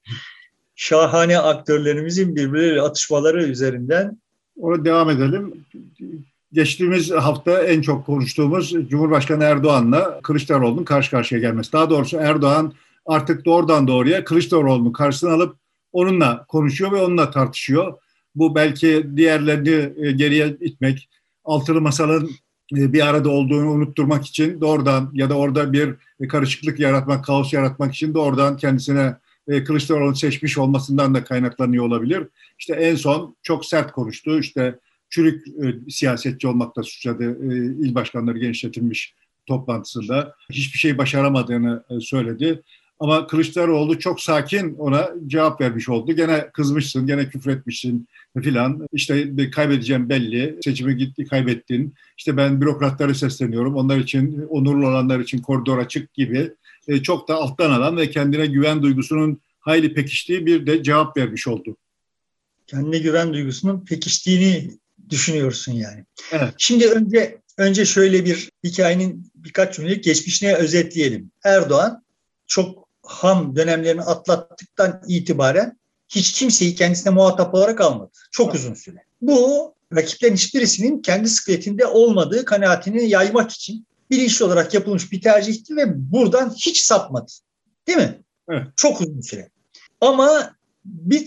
Speaker 2: şahane aktörlerimizin birbirleriyle atışmaları üzerinden
Speaker 1: Ona devam edelim. Geçtiğimiz hafta en çok konuştuğumuz Cumhurbaşkanı Erdoğan'la Kılıçdaroğlu'nun karşı karşıya gelmesi. Daha doğrusu Erdoğan artık doğrudan doğruya Kılıçdaroğlu'nu karşısına alıp onunla konuşuyor ve onunla tartışıyor. Bu belki diğerlerini geriye itmek, altılı masanın bir arada olduğunu unutturmak için doğrudan ya da orada bir karışıklık yaratmak, kaos yaratmak için doğrudan kendisine Kılıçdaroğlu'nu seçmiş olmasından da kaynaklanıyor olabilir. İşte en son çok sert konuştu. İşte çürük siyasetçi olmakla suçladı il başkanları genişletilmiş toplantısında. Hiçbir şey başaramadığını söyledi. Ama Kılıçdaroğlu çok sakin ona cevap vermiş oldu. Gene kızmışsın, gene küfretmişsin filan. İşte kaybedeceğim belli, seçimi gitti kaybettin. İşte ben bürokratlara sesleniyorum. Onlar için, onurlu olanlar için koridor açık gibi. Çok da alttan alan ve kendine güven duygusunun hayli pekiştiği bir de cevap vermiş oldu.
Speaker 2: Kendine güven duygusunun pekiştiğini düşünüyorsun yani.
Speaker 1: Evet.
Speaker 2: Şimdi önce şöyle bir hikayenin birkaç cümlelik geçmişine özetleyelim. Erdoğan çok ham dönemlerini atlattıktan itibaren hiç kimseyi kendisine muhatap olarak almadı. Çok uzun süre. Bu rakiplerin hiçbirisinin kendi sıkletinde olmadığı kanaatini yaymak için bilinçli olarak yapılmış bir tercihti ve buradan hiç sapmadı. Değil mi?
Speaker 1: Evet.
Speaker 2: Çok uzun süre. Ama bir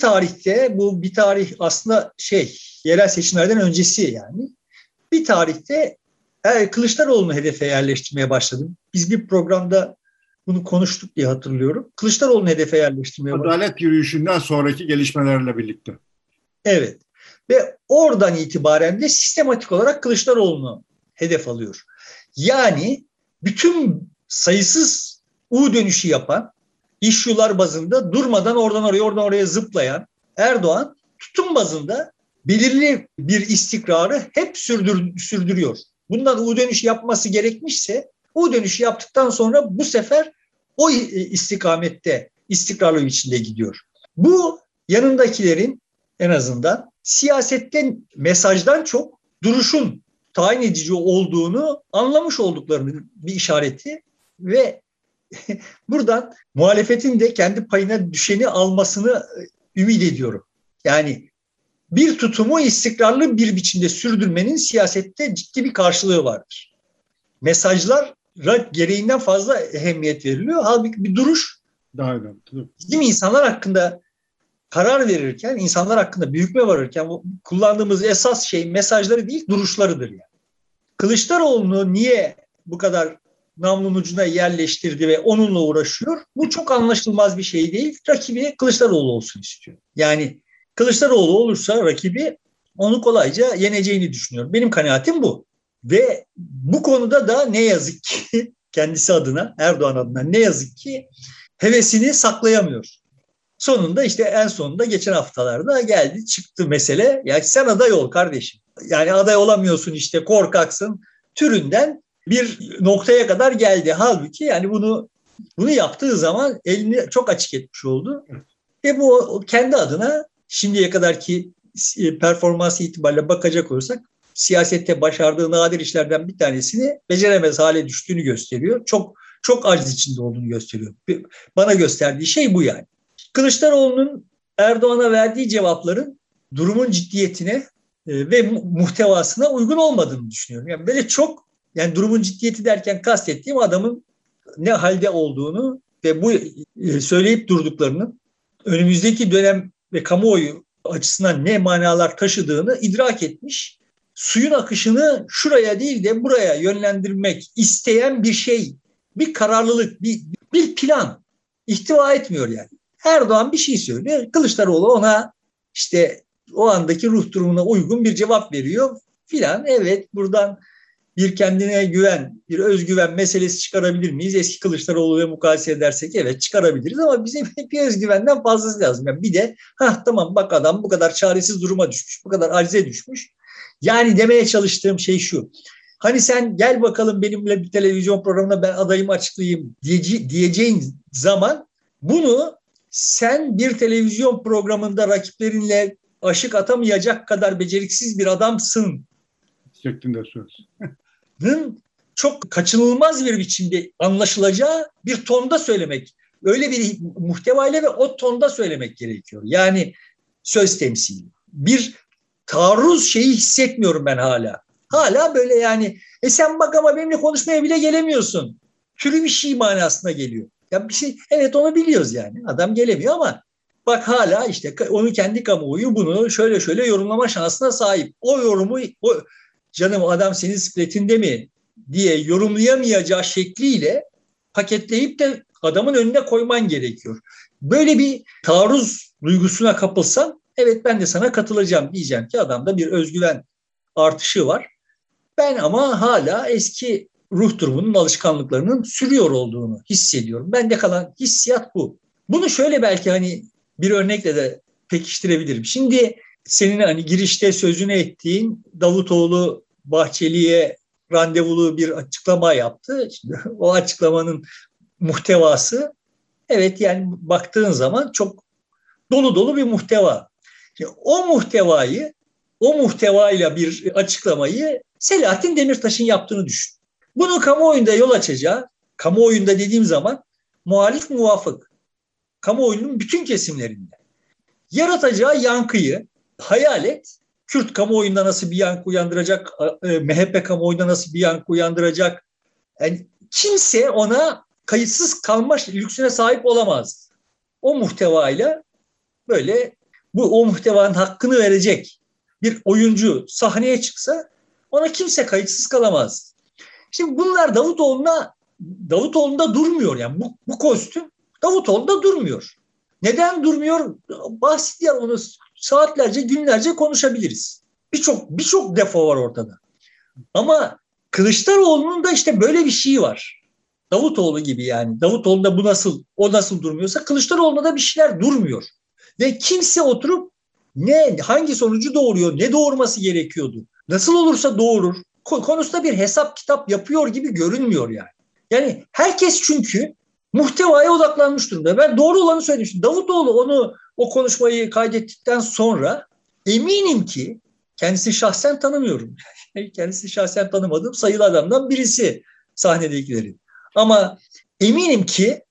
Speaker 2: tarih aslında yerel seçimlerden öncesi yani. Bir tarihte Kılıçdaroğlu'nu hedefe yerleştirmeye başladım. Biz bir programda bunu konuştuk diye hatırlıyorum. Kılıçdaroğlu'nu hedefe yerleştirmeye başladım.
Speaker 1: Adalet yürüyüşünden sonraki gelişmelerle birlikte.
Speaker 2: Evet. Ve oradan itibaren de sistematik olarak Kılıçdaroğlu'nu hedef alıyor. Yani bütün sayısız U dönüşü yapan, issue'lar bazında durmadan oradan oraya zıplayan Erdoğan tutum bazında belirli bir istikrarı hep sürdürüyor. Bundan U dönüşü yapması gerekmişse U dönüşü yaptıktan sonra bu sefer o istikamette istikrarlı biçimde gidiyor. Bu yanındakilerin en azından siyasetten, mesajdan çok duruşun tayin edici olduğunu anlamış olduklarının bir işareti ve buradan muhalefetin de kendi payına düşeni almasını ümit ediyorum. Yani bir tutumu istikrarlı bir biçimde sürdürmenin siyasette ciddi bir karşılığı vardır. mesajlara gereğinden fazla ehemmiyet veriliyor. Halbuki bir duruş bizim insanlar hakkında karar verirken, insanlar hakkında bir hükme varırken kullandığımız esas şey mesajları değil, duruşlarıdır yani. Kılıçdaroğlu'nu niye bu kadar namlunun ucuna yerleştirdi ve onunla uğraşıyor? Bu çok anlaşılmaz bir şey değil. Rakibi Kılıçdaroğlu olsun istiyor. Yani Kılıçdaroğlu olursa rakibi onu kolayca yeneceğini düşünüyorum. Benim kanaatim bu. Ve bu konuda da ne yazık ki kendisi adına, Erdoğan adına ne yazık ki hevesini saklayamıyor. Sonunda işte en sonunda geçen haftalarda geldi çıktı mesele. Ya sen aday ol kardeşim. Yani aday olamıyorsun işte korkaksın türünden bir noktaya kadar geldi. Halbuki yani bunu yaptığı zaman elini çok açık etmiş oldu. Ve bu kendi adına şimdiye kadarki performansı itibariyle bakacak olursak siyasette başardığı nadir işlerden bir tanesini beceremez hale düştüğünü gösteriyor. Çok aciz içinde olduğunu gösteriyor. Bana gösterdiği şey bu yani. Kılıçdaroğlu'nun Erdoğan'a verdiği cevapların durumun ciddiyetine ve muhtevasına uygun olmadığını düşünüyorum. Yani böyle çok yani durumun ciddiyeti derken kastettiğim adamın ne halde olduğunu ve bu söyleyip durduklarının önümüzdeki dönem ve kamuoyu açısından ne manalar taşıdığını idrak etmiş. Suyun akışını şuraya değil de buraya yönlendirmek isteyen bir şey, bir kararlılık, bir plan ihtiva etmiyor yani. Erdoğan bir şey söylüyor. Kılıçdaroğlu ona işte o andaki ruh durumuna uygun bir cevap veriyor filan. Evet buradan bir kendine güven, bir özgüven meselesi çıkarabilir miyiz? Eski Kılıçdaroğlu ve mukayese edersek evet çıkarabiliriz ama bize bir özgüvenden fazlası lazım. Yani bir de tamam bak adam bu kadar çaresiz duruma düşmüş, bu kadar acize düşmüş. Yani demeye çalıştığım şey şu. Hani sen gel bakalım benimle bir televizyon programına ben adayımı açıklayayım diyeceğin zaman bunu sen bir televizyon programında rakiplerinle aşık atamayacak kadar beceriksiz bir adamsın
Speaker 1: şeklinde söz.
Speaker 2: Çok kaçınılmaz bir biçimde anlaşılacağı bir tonda söylemek. Öyle bir muhtevayla ve o tonda söylemek gerekiyor. Yani söz temsili. Bir taarruz şeyi hissetmiyorum ben hala. Hala böyle yani sen bak ama benimle konuşmaya bile gelemiyorsun. Türü bir şey manasına geliyor. Ya bir şey evet onu biliyoruz yani. Adam gelemiyor ama bak hala işte onun kendi kamuoyu bunu şöyle yorumlama şansına sahip. O yorumu canım adam senin spletinde mi diye yorumlayamayacağı şekliyle paketleyip de adamın önüne koyman gerekiyor. Böyle bir taarruz duygusuna kapılsan evet ben de sana katılacağım. Diyeceğim ki adamda bir özgüven artışı var. Ben ama hala eski ruh durumunun alışkanlıklarının sürüyor olduğunu hissediyorum. Bende kalan hissiyat bu. Bunu şöyle belki hani bir örnekle de pekiştirebilirim. Şimdi senin hani girişte sözünü ettiğin Davutoğlu Bahçeli'ye randevulu bir açıklama yaptı. Şimdi o açıklamanın muhtevası evet yani baktığın zaman çok dolu dolu bir muhteva. Şimdi o muhtevayla bir açıklamayı Selahattin Demirtaş'ın yaptığını düşün. Bunu kamuoyunda yol açacağı, kamuoyunda dediğim zaman muhalif muvafık, kamuoyunun bütün kesimlerinde yaratacağı yankıyı hayal et. Kürt kamuoyunda nasıl bir yankı uyandıracak, MHP kamuoyunda nasıl bir yankı uyandıracak. Yani kimse ona kayıtsız kalma lüksüne sahip olamaz. O muhtevayla böyle o muhtevanın hakkını verecek bir oyuncu sahneye çıksa ona kimse kayıtsız kalamaz. Şimdi bunlar Davutoğlu'nda durmuyor yani bu kostüm Davutoğlu'nda durmuyor. Neden durmuyor? Basit ya onu saatlerce günlerce konuşabiliriz. Birçok defo var ortada. Ama Kılıçdaroğlu'nun da işte böyle bir şeyi var. Davutoğlu gibi yani. Davutoğlu'nda o nasıl durmuyorsa Kılıçdaroğlu'nda da bir şeyler durmuyor. Ve kimse oturup hangi sonucu doğuruyor, ne doğurması gerekiyordu, nasıl olursa doğurur konusunda bir hesap kitap yapıyor gibi görünmüyor yani. Yani herkes çünkü muhtevaya odaklanmış durumda. Ben doğru olanı söylemiştim. Davutoğlu o konuşmayı kaydettikten sonra eminim ki kendisini şahsen tanımıyorum. Kendisini şahsen tanımadığım sayılı adamdan birisi sahnedekilerin. Ama eminim ki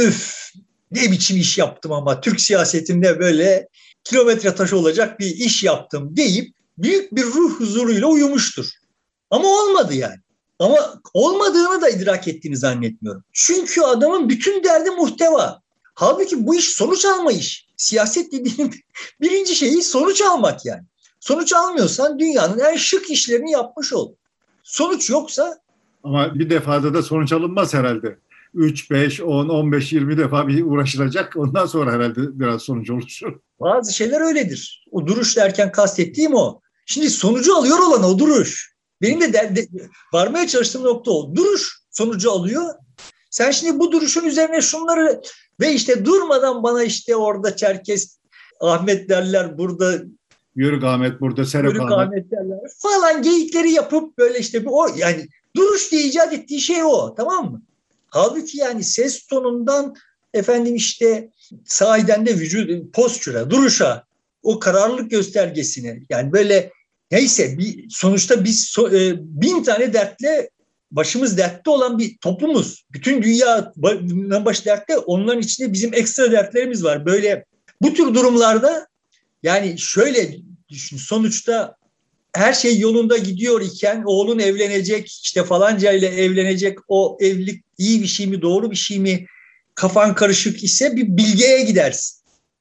Speaker 2: ne biçim iş yaptım ama Türk siyasetinde böyle kilometre taşı olacak bir iş yaptım deyip büyük bir ruh huzuruyla uyumuştur. Ama olmadı yani. Ama olmadığını da idrak ettiğini zannetmiyorum. Çünkü adamın bütün derdi muhteva. Halbuki bu iş sonuç alma iş. Siyaset dediğim birinci şeyi sonuç almak yani. Sonuç almıyorsan dünyanın en şık işlerini yapmış ol. Sonuç yoksa...
Speaker 1: Ama bir defada da sonuç alınmaz herhalde. 3, 5, 10, 15, 20 defa bir uğraşılacak. Ondan sonra herhalde biraz sonuç oluşur.
Speaker 2: Bazı şeyler öyledir. O duruş derken kastettiğim o. Şimdi sonucu alıyor olan o duruş. Benim de varmaya çalıştığım nokta o. Duruş sonucu alıyor. Sen şimdi bu duruşun üzerine şunları ve işte durmadan bana işte orada Çerkes Ahmet derler, burada
Speaker 1: Yörük Ahmet, burada Serap
Speaker 2: Yörük
Speaker 1: Ahmet.
Speaker 2: Ahmet derler falan geyikleri yapıp böyle işte o yani duruş diye icat ettiği şey o, tamam mı? Halbuki yani ses tonundan efendim işte sahiden de vücut postüre, duruşa, o kararlılık göstergesine yani böyle neyse sonuçta biz 1000 tane dertle başımız dertte olan bir toplumuz. Bütün dünya başı dertte, onların içinde bizim ekstra dertlerimiz var. Böyle bu tür durumlarda yani şöyle düşün, sonuçta her şey yolunda gidiyor iken oğlun evlenecek, işte falanca ile evlenecek, o evlilik iyi bir şey mi, doğru bir şey mi, kafan karışık ise bir bilgeye gidersin.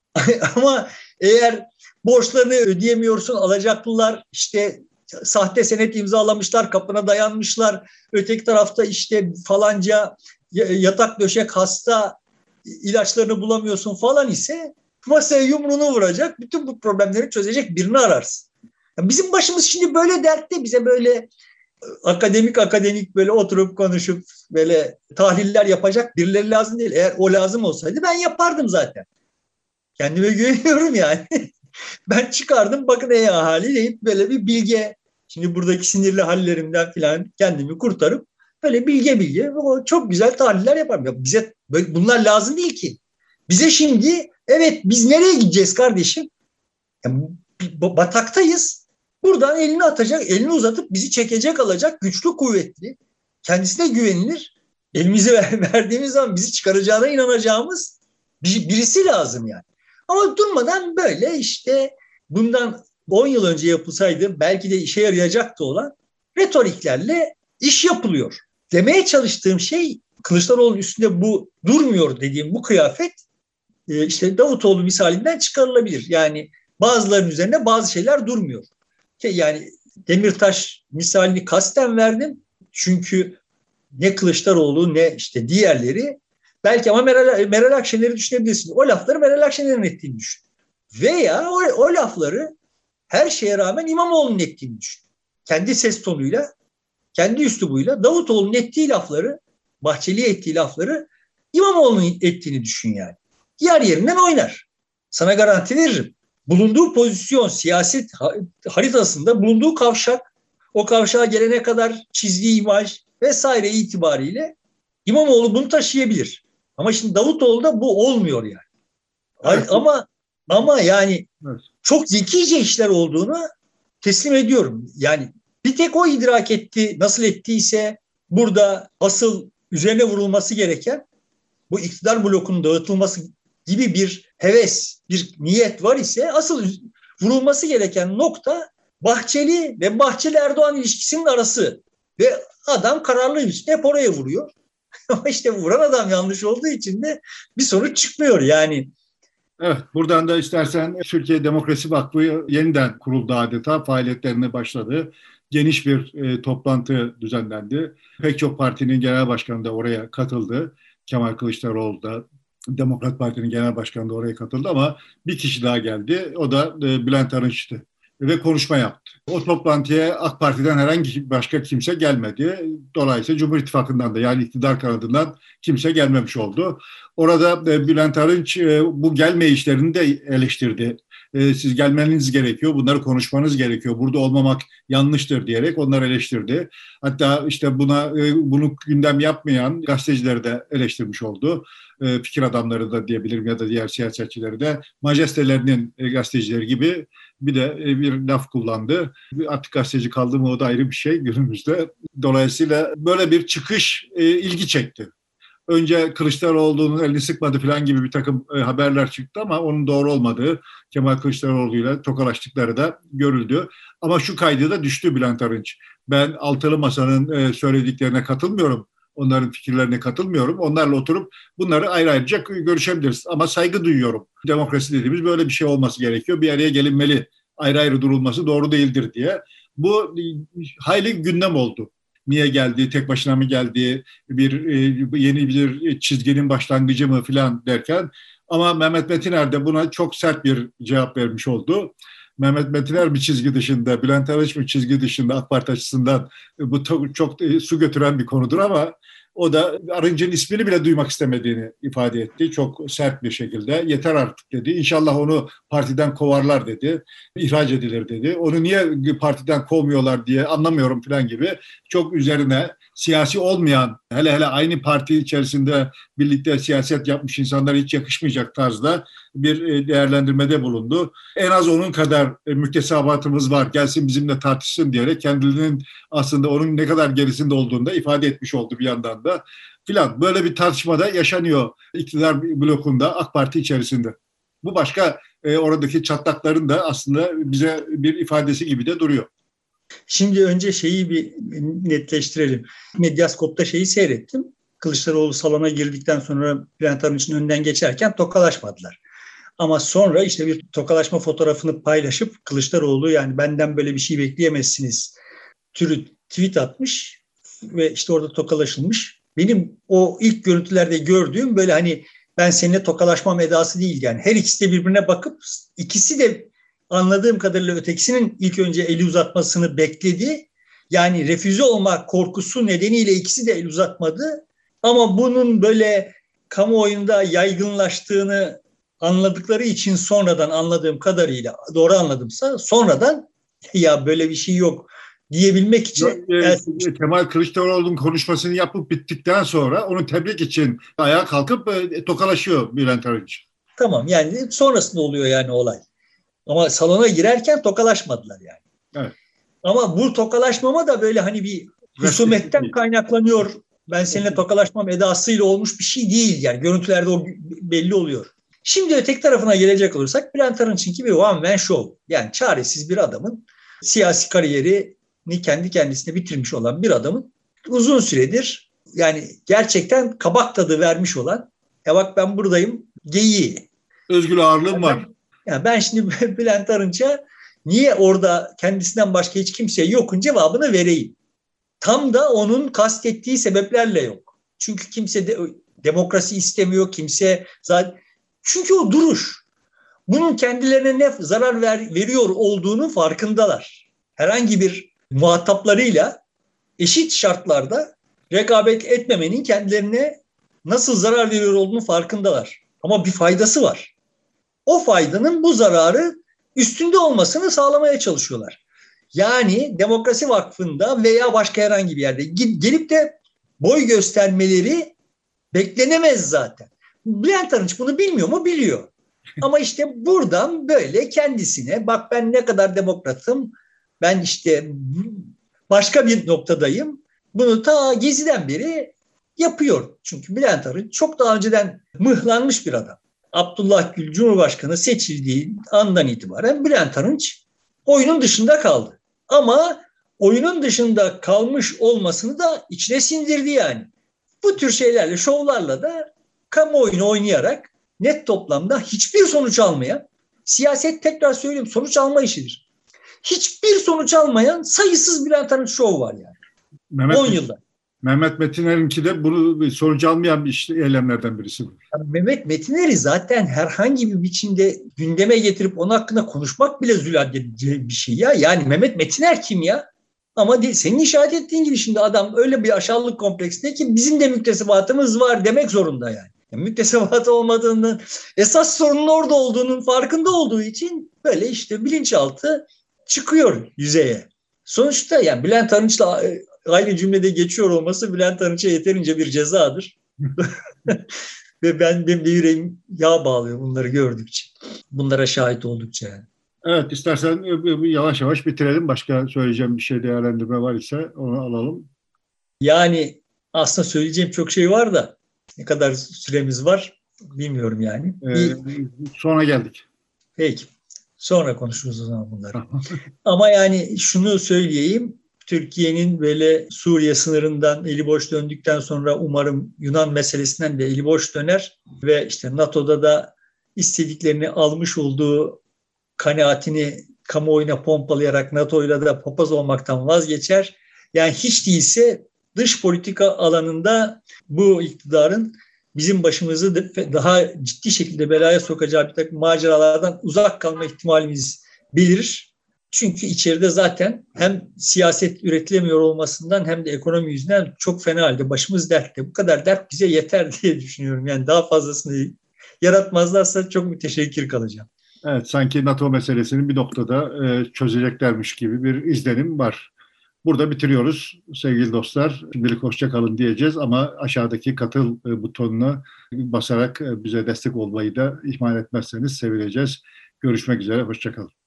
Speaker 2: Ama eğer borçlarını ödeyemiyorsun, alacaklılar işte sahte senet imzalamışlar, kapına dayanmışlar, öteki tarafta işte falanca yatak döşek hasta, ilaçlarını bulamıyorsun falan ise masaya yumruğunu vuracak, bütün bu problemleri çözecek birini ararsın. Bizim başımız şimdi böyle dertte, bize böyle akademik böyle oturup konuşup böyle tahliller yapacak birileri lazım değil. Eğer o lazım olsaydı ben yapardım zaten. Kendime güveniyorum yani. Ben çıkardım, bakın ey ahali deyip böyle bir bilge, şimdi buradaki sinirli hallerimden falan kendimi kurtarıp böyle bilge o çok güzel tahliller yaparım. Ya bize bunlar lazım değil ki. Bize şimdi evet biz nereye gideceğiz kardeşim? Yani bataktayız. Buradan elini atacak, elini uzatıp bizi çekecek alacak güçlü, kuvvetli, kendisine güvenilir, elimizi verdiğimiz zaman bizi çıkaracağına inanacağımız birisi lazım yani. Ama durmadan böyle işte bundan 10 yıl önce yapılsaydı belki de işe yarayacaktı olan retoriklerle iş yapılıyor. Demeye çalıştığım şey, Kılıçdaroğlu'nun üstünde bu durmuyor dediğim bu kıyafet işte Davutoğlu misalinden çıkarılabilir. Yani bazılarının üzerinde bazı şeyler durmuyor. Yani Demirtaş misalini kasten verdim. Çünkü ne Kılıçdaroğlu ne işte diğerleri, belki ama Meral Akşener'i düşünebilirsin. O lafları Meral Akşener'in ettiğini düşün. Veya o lafları her şeye rağmen İmamoğlu'nun ettiğini düşün. Kendi ses tonuyla, kendi üslubuyla Davutoğlu'nun ettiği lafları, Bahçeli'ye ettiği lafları İmamoğlu'nun ettiğini düşün yani. Yer yerinden oynar. Sana garanti veririm. Bulunduğu pozisyon, siyaset haritasında bulunduğu kavşak, o kavşağa gelene kadar çizdiği imaj vesaire itibariyle İmamoğlu bunu taşıyabilir. Ama şimdi Davutoğlu'da bu olmuyor yani. Evet. Ama yani evet, çok zekice işler olduğunu teslim ediyorum. Yani bir tek o idrak etti, nasıl ettiyse burada asıl üzerine vurulması gereken bu iktidar blokunun dağıtılması gibi bir heves, bir niyet var ise asıl vurulması gereken nokta Bahçeli ve Bahçeli-Erdoğan ilişkisinin arası. Ve adam kararlıymış. Hep oraya vuruyor. Ama işte vuran adam yanlış olduğu için de bir sonuç çıkmıyor yani.
Speaker 1: Evet, buradan da istersen Türkiye Demokrasi Vakfı yeniden kuruldu adeta, faaliyetlerine başladı. Geniş bir toplantı düzenlendi. Pek çok partinin genel başkanı da oraya katıldı. Kemal Kılıçdaroğlu da, Demokrat Parti'nin genel başkanı da oraya katıldı ama bir kişi daha geldi. O da Bülent Arınç'tı ve konuşma yaptı. O toplantıya AK Parti'den herhangi başka kimse gelmedi. Dolayısıyla Cumhur İttifakı'ndan da, yani iktidar kanadından kimse gelmemiş oldu. Orada Bülent Arınç bu gelme işlerini de eleştirdi. Siz gelmeniz gerekiyor, bunları konuşmanız gerekiyor, burada olmamak yanlıştır diyerek onları eleştirdi. Hatta işte bunu gündem yapmayan gazetecileri de eleştirmiş oldu. Fikir adamları da diyebilirim ya da diğer siyasetçileri de majestelerinin gazetecileri gibi bir de bir laf kullandı. Artık gazeteci kaldı mı o da ayrı bir şey günümüzde. Dolayısıyla böyle bir çıkış ilgi çekti. Önce Kılıçdaroğlu'nun elini sıkmadı falan gibi bir takım haberler çıktı ama onun doğru olmadığı, Kemal Kılıçdaroğlu'yla tokalaştıkları da görüldü. Ama şu kaydı da düştü Bülent Arınç. Ben Altılı Masa'nın söylediklerine katılmıyorum. Onların fikirlerine katılmıyorum. Onlarla oturup bunları ayrı ayrıca görüşebiliriz. Ama saygı duyuyorum. Demokrasi dediğimiz böyle bir şey olması gerekiyor. Bir araya gelinmeli. Ayrı ayrı durulması doğru değildir diye. Bu hayli gündem oldu. Niye geldi, tek başına mı geldi, yeni bir çizginin başlangıcı mı filan derken. Ama Mehmet Metiner de buna çok sert bir cevap vermiş oldu. Mehmet Metiner bir çizgi dışında, Bülent Arınç bir çizgi dışında AK Parti açısından bu çok su götüren bir konudur ama o da Arınç'ın ismini bile duymak istemediğini ifade etti. Çok sert bir şekilde. Yeter artık dedi. İnşallah onu partiden kovarlar dedi. İhraç edilir dedi. Onu niye partiden kovmuyorlar diye anlamıyorum falan gibi. Çok üzerine siyasi olmayan, hele hele aynı parti içerisinde birlikte siyaset yapmış insanlara hiç yakışmayacak tarzda bir değerlendirmede bulundu. En az onun kadar müktesebatımız var, gelsin bizimle tartışsın diyerek kendilerinin aslında onun ne kadar gerisinde olduğunu da ifade etmiş oldu bir yandan da filan. Böyle bir tartışmada yaşanıyor iktidar blokunda AK Parti içerisinde. Bu başka oradaki çatlakların da aslında bize bir ifadesi gibi de duruyor.
Speaker 2: Şimdi önce şeyi bir netleştirelim. Medyaskop'ta şeyi seyrettim. Kılıçdaroğlu salona girdikten sonra Bülent Arınç'ın önünden geçerken tokalaşmadılar. Ama sonra işte bir tokalaşma fotoğrafını paylaşıp Kılıçdaroğlu yani benden böyle bir şey bekleyemezsiniz türü tweet atmış ve işte orada tokalaşılmış. Benim o ilk görüntülerde gördüğüm böyle hani ben seninle tokalaşmam edası değil yani. Her ikisi de birbirine bakıp ikisi de anladığım kadarıyla ötekisinin ilk önce eli uzatmasını bekledi. Yani refüze olmak korkusu nedeniyle ikisi de el uzatmadı. Ama bunun böyle kamuoyunda yaygınlaştığını anladıkları için sonradan anladığım kadarıyla doğru anladımsa sonradan ya böyle bir şey yok diyebilmek için
Speaker 1: Kemal Kılıçdaroğlu'nun konuşmasını yapıp bittikten sonra onu tebrik için ayağa kalkıp tokalaşıyor Bülent Arınç.
Speaker 2: Tamam yani sonrasında oluyor yani olay. Ama salona girerken tokalaşmadılar yani.
Speaker 1: Evet.
Speaker 2: Ama bu tokalaşmama da böyle hani bir husumetten kaynaklanıyor. Ben seninle tokalaşmam edasıyla olmuş bir şey değil yani. Görüntülerde o belli oluyor. Şimdi öteki tarafına gelecek olursak Bülent Arınç'ınki bir one man show. Yani çaresiz bir adamın siyasi kariyerini kendi kendisine bitirmiş olan bir adamın uzun süredir yani gerçekten kabak tadı vermiş olan bak ben buradayım geyiği.
Speaker 1: Özgür ağırlığım var.
Speaker 2: Yani ben şimdi Bülent Arınç'a niye orada kendisinden başka hiç kimse yokun cevabını vereyim. Tam da onun kastettiği sebeplerle yok. Çünkü kimse demokrasi istemiyor, kimse zaten çünkü o duruş. Bunun kendilerine ne zarar veriyor olduğunu farkındalar. Herhangi bir muhataplarıyla eşit şartlarda rekabet etmemenin kendilerine nasıl zarar veriyor olduğunu farkındalar. Ama bir faydası var. O faydanın bu zararı üstünde olmasını sağlamaya çalışıyorlar. Yani Demokrasi Vakfı'nda veya başka herhangi bir yerde gelip de boy göstermeleri beklenemez zaten. Bülent Arınç bunu bilmiyor mu? Biliyor. Ama işte buradan böyle kendisine bak ben ne kadar demokratım, ben işte başka bir noktadayım. Bunu ta Gezi'den beri yapıyor. Çünkü Bülent Arınç çok daha önceden mıhlanmış bir adam. Abdullah Gül Cumhurbaşkanı seçildiği andan itibaren Bülent Arınç oyunun dışında kaldı. Ama oyunun dışında kalmış olmasını da içine sindirdi yani. Bu tür şeylerle, şovlarla da kamuoyunu oynayarak net toplamda hiçbir sonuç almayan, siyaset tekrar söyleyeyim sonuç alma işidir. Hiçbir sonuç almayan sayısız Bülent Arınç şov var yani. 10 yılda.
Speaker 1: Mehmet Metiner'inki de bunu sonuç almayan bir eylemlerden birisi.
Speaker 2: Mehmet Metiner'i zaten herhangi bir biçimde gündeme getirip onun hakkında konuşmak bile zülat edici bir şey ya. Yani Mehmet Metiner kim ya? Ama senin işaret ettiğin gibi şimdi adam öyle bir aşağılık kompleksinde ki bizim de müktesebatımız var demek zorunda yani. Müktesebatı olmadığının, esas sorunun orada olduğunun farkında olduğu için böyle işte bilinçaltı çıkıyor yüzeye. Sonuçta yani Bülent Arınç'la aynı cümlede geçiyor olması Bülent Arınç'a yeterince bir cezadır. Ve benim de yüreğim yağ bağlıyor bunları gördükçe. Bunlara şahit oldukça yani.
Speaker 1: Evet, istersen yavaş yavaş bitirelim. Başka söyleyeceğim bir şey, değerlendirme var ise onu alalım.
Speaker 2: Yani aslında söyleyeceğim çok şey var da ne kadar süremiz var bilmiyorum yani.
Speaker 1: Sonra geldik.
Speaker 2: Peki. Sonra konuşuruz o zaman bunları. Ama yani şunu söyleyeyim. Türkiye'nin böyle Suriye sınırından eli boş döndükten sonra umarım Yunan meselesinden de eli boş döner ve işte NATO'da da istediklerini almış olduğu kanaatini kamuoyuna pompalayarak NATO'yla da papaz olmaktan vazgeçer. Yani hiç değilse dış politika alanında bu iktidarın bizim başımızı daha ciddi şekilde belaya sokacağı bir takım maceralardan uzak kalma ihtimalimiz belirir. Çünkü içeride zaten hem siyaset üretilemiyor olmasından hem de ekonomi yüzünden çok fena halde başımız dertte. Bu kadar dert bize yeter diye düşünüyorum. Yani daha fazlasını yaratmazlarsa çok müteşekkir kalacağım.
Speaker 1: Evet, sanki NATO meselesini bir noktada çözeceklermiş gibi bir izlenim var. Burada bitiriyoruz sevgili dostlar. Şimdilik hoşça kalın diyeceğiz ama aşağıdaki katıl butonuna basarak bize destek olmayı da ihmal etmezseniz sevineceğiz. Görüşmek üzere, hoşça kalın.